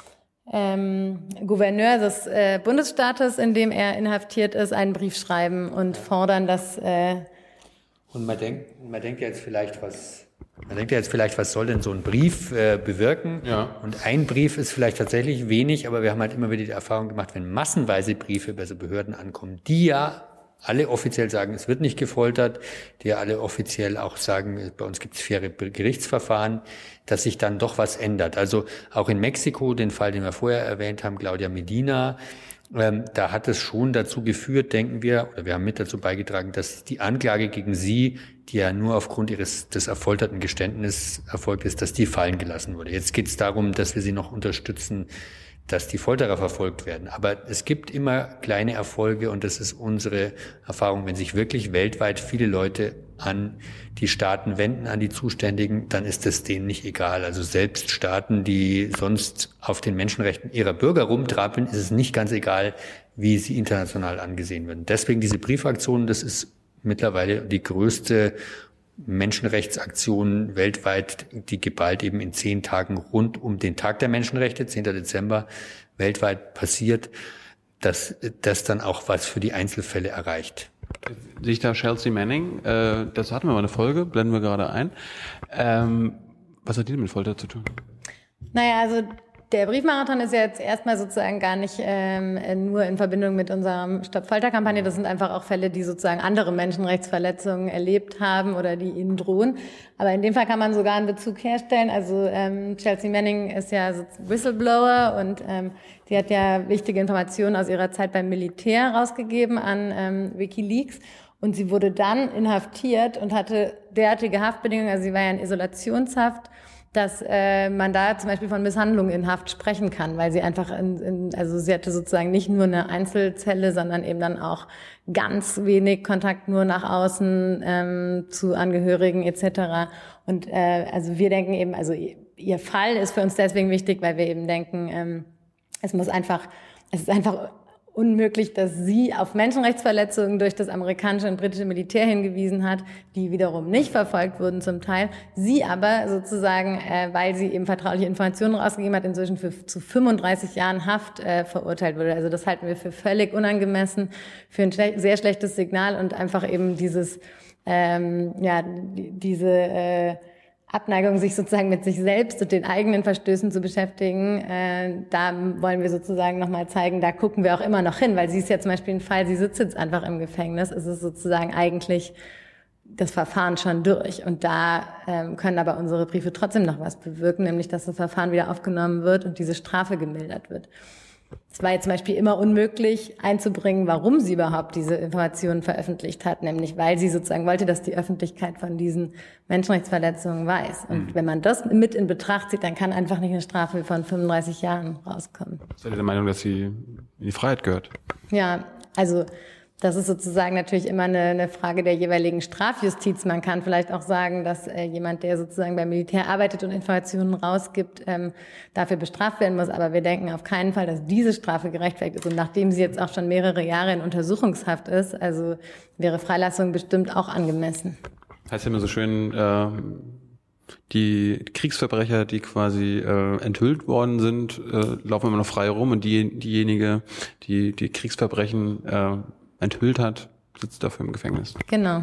ähm, Gouverneur des äh, Bundesstaates, in dem er inhaftiert ist, einen Brief schreiben und fordern, dass... Äh, und man denkt, man denkt jetzt vielleicht, was... Man denkt ja jetzt vielleicht, was soll denn so ein Brief äh, bewirken? Ja. Und ein Brief ist vielleicht tatsächlich wenig, aber wir haben halt immer wieder die Erfahrung gemacht, wenn massenweise Briefe bei so Behörden ankommen, die ja alle offiziell sagen, es wird nicht gefoltert, die ja alle offiziell auch sagen, bei uns gibt es faire Gerichtsverfahren, dass sich dann doch was ändert. Also auch in Mexiko, den Fall, den wir vorher erwähnt haben, Claudia Medina, Ähm, da hat es schon dazu geführt, denken wir, oder wir haben mit dazu beigetragen, dass die Anklage gegen sie, die ja nur aufgrund ihres des erfolterten Geständnisses erfolgt ist, dass die fallen gelassen wurde. Jetzt geht es darum, dass wir sie noch unterstützen, dass die Folterer verfolgt werden. Aber es gibt immer kleine Erfolge und das ist unsere Erfahrung, wenn sich wirklich weltweit viele Leute an die Staaten wenden, an die Zuständigen, dann ist es denen nicht egal. Also selbst Staaten, die sonst auf den Menschenrechten ihrer Bürger rumtrappeln, ist es nicht ganz egal, wie sie international angesehen werden. Deswegen diese Briefaktion, das ist mittlerweile die größte Menschenrechtsaktion weltweit, die geballt eben in zehn Tagen rund um den Tag der Menschenrechte, zehnten Dezember, weltweit passiert, dass das dann auch was für die Einzelfälle erreicht. Sehe ich da Chelsea Manning, äh, das hatten wir mal eine Folge, blenden wir gerade ein. Ähm, was hat die denn mit Folter zu tun? Naja, also der Briefmarathon ist ja jetzt erstmal sozusagen gar nicht ähm, nur in Verbindung mit unserer Stopp-Folter-Kampagne. Das sind einfach auch Fälle, die sozusagen andere Menschenrechtsverletzungen erlebt haben oder die ihnen drohen. Aber in dem Fall kann man sogar einen Bezug herstellen. Also ähm, Chelsea Manning ist ja so Whistleblower und ähm, die hat ja wichtige Informationen aus ihrer Zeit beim Militär rausgegeben an ähm, WikiLeaks. Und sie wurde dann inhaftiert und hatte derartige Haftbedingungen, also sie war ja in Isolationshaft, dass äh, man da zum Beispiel von Misshandlung in Haft sprechen kann, weil sie einfach, in, in, also sie hatte sozusagen nicht nur eine Einzelzelle, sondern eben dann auch ganz wenig Kontakt nur nach außen ähm, zu Angehörigen et cetera. Und äh, also wir denken eben, also ihr Fall ist für uns deswegen wichtig, weil wir eben denken, ähm, es muss einfach, es ist einfach unmöglich, dass sie auf Menschenrechtsverletzungen durch das amerikanische und britische Militär hingewiesen hat, die wiederum nicht verfolgt wurden zum Teil. Sie aber sozusagen, äh, weil sie eben vertrauliche Informationen rausgegeben hat, inzwischen für, zu fünfunddreißig Jahren Haft äh, verurteilt wurde. Also das halten wir für völlig unangemessen, für ein schle- sehr schlechtes Signal und einfach eben dieses, ähm, ja, die, diese äh, Abneigung, sich sozusagen mit sich selbst und den eigenen Verstößen zu beschäftigen, äh, da wollen wir sozusagen nochmal zeigen, da gucken wir auch immer noch hin, weil sie ist ja zum Beispiel ein Fall, sie sitzt jetzt einfach im Gefängnis, es ist sozusagen eigentlich das Verfahren schon durch und da ähm, können aber unsere Briefe trotzdem noch was bewirken, nämlich dass das Verfahren wieder aufgenommen wird und diese Strafe gemildert wird. Es war jetzt zum Beispiel immer unmöglich einzubringen, warum sie überhaupt diese Informationen veröffentlicht hat, nämlich weil sie sozusagen wollte, dass die Öffentlichkeit von diesen Menschenrechtsverletzungen weiß. Und mhm. wenn man das mit in Betracht zieht, dann kann einfach nicht eine Strafe von fünfunddreißig Jahren rauskommen. Seid ihr der Meinung, dass sie in die Freiheit gehört? Ja, also das ist sozusagen natürlich immer eine, eine Frage der jeweiligen Strafjustiz. Man kann vielleicht auch sagen, dass äh, jemand, der sozusagen beim Militär arbeitet und Informationen rausgibt, ähm, dafür bestraft werden muss. Aber wir denken auf keinen Fall, dass diese Strafe gerechtfertigt ist. Und nachdem sie jetzt auch schon mehrere Jahre in Untersuchungshaft ist, also wäre Freilassung bestimmt auch angemessen. Heißt ja immer so schön, äh, die Kriegsverbrecher, die quasi äh, enthüllt worden sind, äh, laufen immer noch frei rum. Und die, diejenige, die die Kriegsverbrechen äh, enthüllt hat, sitzt dafür im Gefängnis. Genau.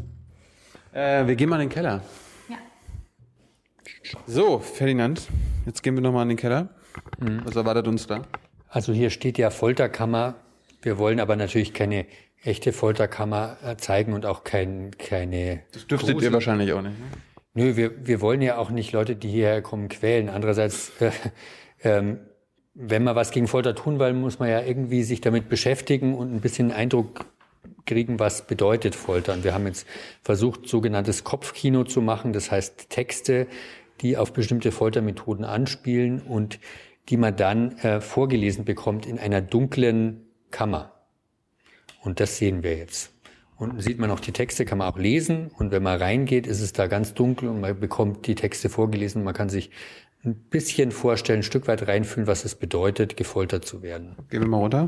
Äh, wir gehen mal in den Keller. Ja. So, Ferdinand, jetzt gehen wir nochmal in den Keller. Mhm. Was erwartet uns da? Also hier steht ja Folterkammer. Wir wollen aber natürlich keine echte Folterkammer zeigen und auch kein, keine... Das dürftet ihr wahrscheinlich auch nicht, ne? Nö, wir, wir wollen ja auch nicht Leute, die hierher kommen, quälen. Andererseits, äh, ähm, wenn man was gegen Folter tun will, muss man ja irgendwie sich damit beschäftigen und ein bisschen Eindruck kriegen, was bedeutet Foltern. Wir haben jetzt versucht, sogenanntes Kopfkino zu machen. Das heißt Texte, die auf bestimmte Foltermethoden anspielen und die man dann äh, vorgelesen bekommt in einer dunklen Kammer. Und das sehen wir jetzt. Unten sieht man auch die Texte, kann man auch lesen. Und wenn man reingeht, ist es da ganz dunkel und man bekommt die Texte vorgelesen. Man kann sich ein bisschen vorstellen, ein Stück weit reinfühlen, was es bedeutet, gefoltert zu werden. Gehen wir mal runter.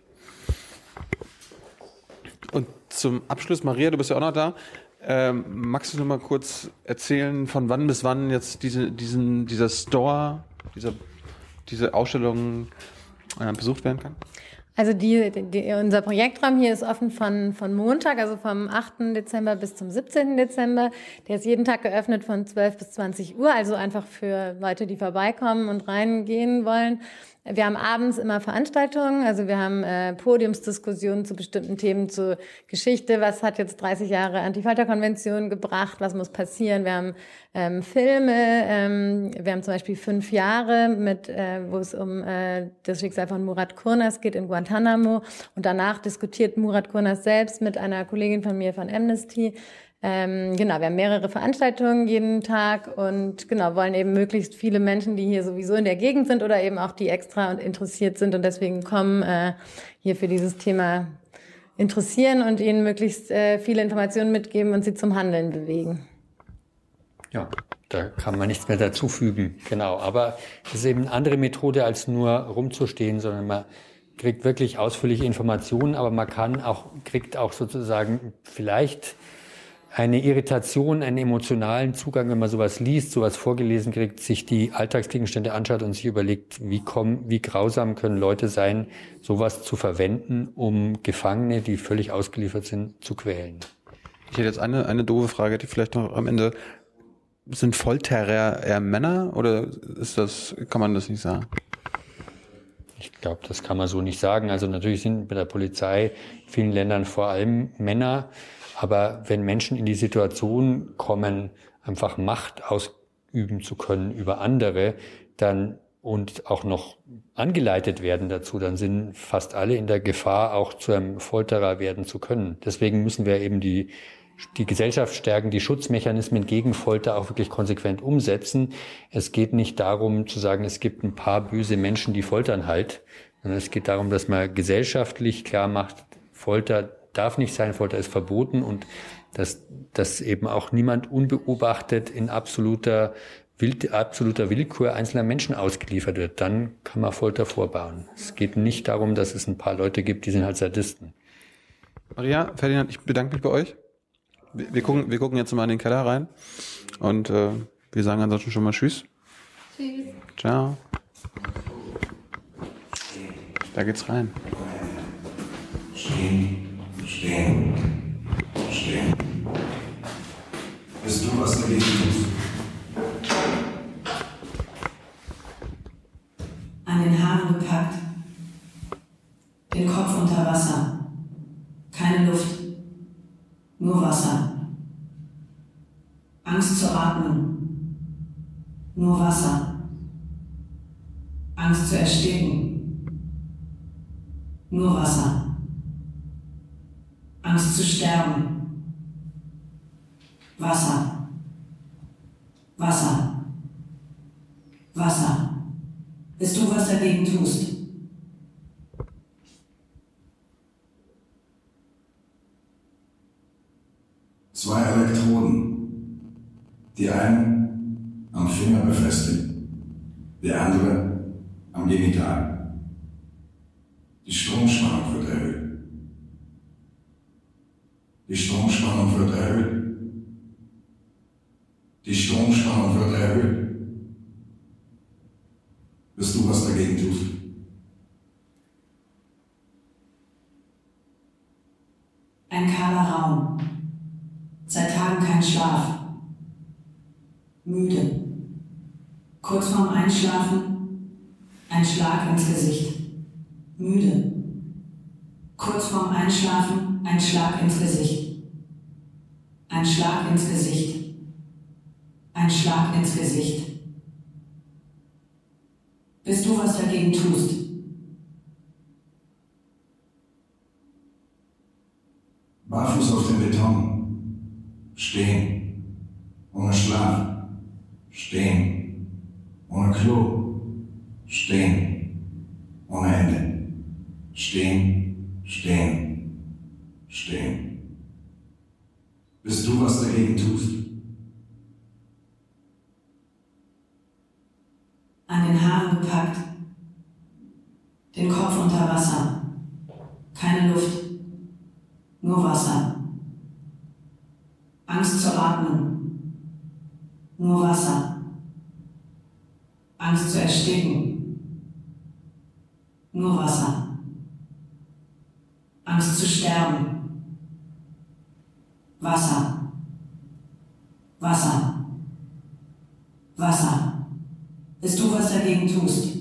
Und zum Abschluss, Maria, du bist ja auch noch da. Ähm, magst du noch mal kurz erzählen, von wann bis wann jetzt diese, diesen, dieser Store, dieser, diese Ausstellung äh, besucht werden kann? Also die, die, unser Projektraum hier ist offen von, von Montag, also vom achten Dezember bis zum siebzehnten Dezember. Der ist jeden Tag geöffnet von zwölf bis zwanzig Uhr, also einfach für Leute, die vorbeikommen und reingehen wollen. Wir haben abends immer Veranstaltungen, also wir haben äh, Podiumsdiskussionen zu bestimmten Themen, zu Geschichte, was hat jetzt dreißig Jahre Antifalterkonvention gebracht, was muss passieren. Wir haben ähm, Filme, ähm, wir haben zum Beispiel fünf Jahre, mit, äh, wo es um äh, das Schicksal von Murat Kurnaz geht in Guantanamo, und danach diskutiert Murat Kurnaz selbst mit einer Kollegin von mir von Amnesty. Ähm, genau, wir haben mehrere Veranstaltungen jeden Tag und genau, wollen eben möglichst viele Menschen, die hier sowieso in der Gegend sind oder eben auch die extra und interessiert sind und deswegen kommen, äh, hier für dieses Thema interessieren und ihnen möglichst äh, viele Informationen mitgeben und sie zum Handeln bewegen. Ja, da kann man nichts mehr dazufügen, genau. Aber es ist eben eine andere Methode, als nur rumzustehen, sondern man kriegt wirklich ausführliche Informationen, aber man kann auch, kriegt auch sozusagen vielleicht eine Irritation, einen emotionalen Zugang, wenn man sowas liest, sowas vorgelesen kriegt, sich die Alltagsgegenstände anschaut und sich überlegt, wie kommen, wie grausam können Leute sein, sowas zu verwenden, um Gefangene, die völlig ausgeliefert sind, zu quälen. Ich hätte jetzt eine, eine doofe Frage, die vielleicht noch am Ende, sind Folterer eher Männer oder ist das, kann man das nicht sagen? Ich glaube, das kann man so nicht sagen. Also natürlich sind bei der Polizei in vielen Ländern vor allem Männer. Aber wenn Menschen in die Situation kommen, einfach Macht ausüben zu können über andere, dann und auch noch angeleitet werden dazu, dann sind fast alle in der Gefahr, auch zu einem Folterer werden zu können. Deswegen müssen wir eben die, die Gesellschaft stärken, die Schutzmechanismen gegen Folter auch wirklich konsequent umsetzen. Es geht nicht darum zu sagen, es gibt ein paar böse Menschen, die foltern halt, sondern es geht darum, dass man gesellschaftlich klar macht, Folter darf nicht sein, Folter ist verboten und dass, dass eben auch niemand unbeobachtet in absoluter, Wild, absoluter Willkür einzelner Menschen ausgeliefert wird. Dann kann man Folter vorbauen. Es geht nicht darum, dass es ein paar Leute gibt, die sind halt Sadisten. Maria, Ferdinand, ich bedanke mich bei euch. Wir, wir, gucken, wir gucken jetzt mal in den Keller rein und äh, wir sagen ansonsten schon mal Tschüss. Tschüss. Ciao. Da geht's rein. Stehen. Stehen. Stehen. Bist du, was dagegen tust? An den Haaren gepackt. Den Kopf unter Wasser. Keine Luft. Nur Wasser. Angst zu atmen. Nur Wasser. Angst zu ersticken. Nur Wasser. Angst zu sterben. Wasser. Wasser. Wasser. Bis du was dagegen tust. Zwei Elektroden. Die einen am Finger befestigt, die andere am Genital. Die Stromspannung wird erhöht. Die Stromspannung wird erhöht. Die Stromspannung wird erhöht. Bis du was dagegen tust. Ein kahler Raum. Seit Tagen kein Schlaf. Müde. Kurz vorm Einschlafen. Ein Schlag ins Gesicht. Müde. Kurz vorm Einschlafen, ein Schlag ins Gesicht. Ein Schlag ins Gesicht. Ein Schlag ins Gesicht. Bis du was dagegen tust. Barfuß auf dem Beton. Stehen. Ohne Schlaf. Stehen. Ohne Klo. Stehen. Ohne Ende. Stehen, stehen, stehen. Bis du was dagegen tust. An den Haaren gepackt. Den Kopf unter Wasser. Keine Luft. Nur Wasser. Angst zu atmen. Nur Wasser. Angst zu ersticken. Nur Wasser. Angst zu sterben. Wasser. Wasser. Wasser. Bis du was dagegen tust.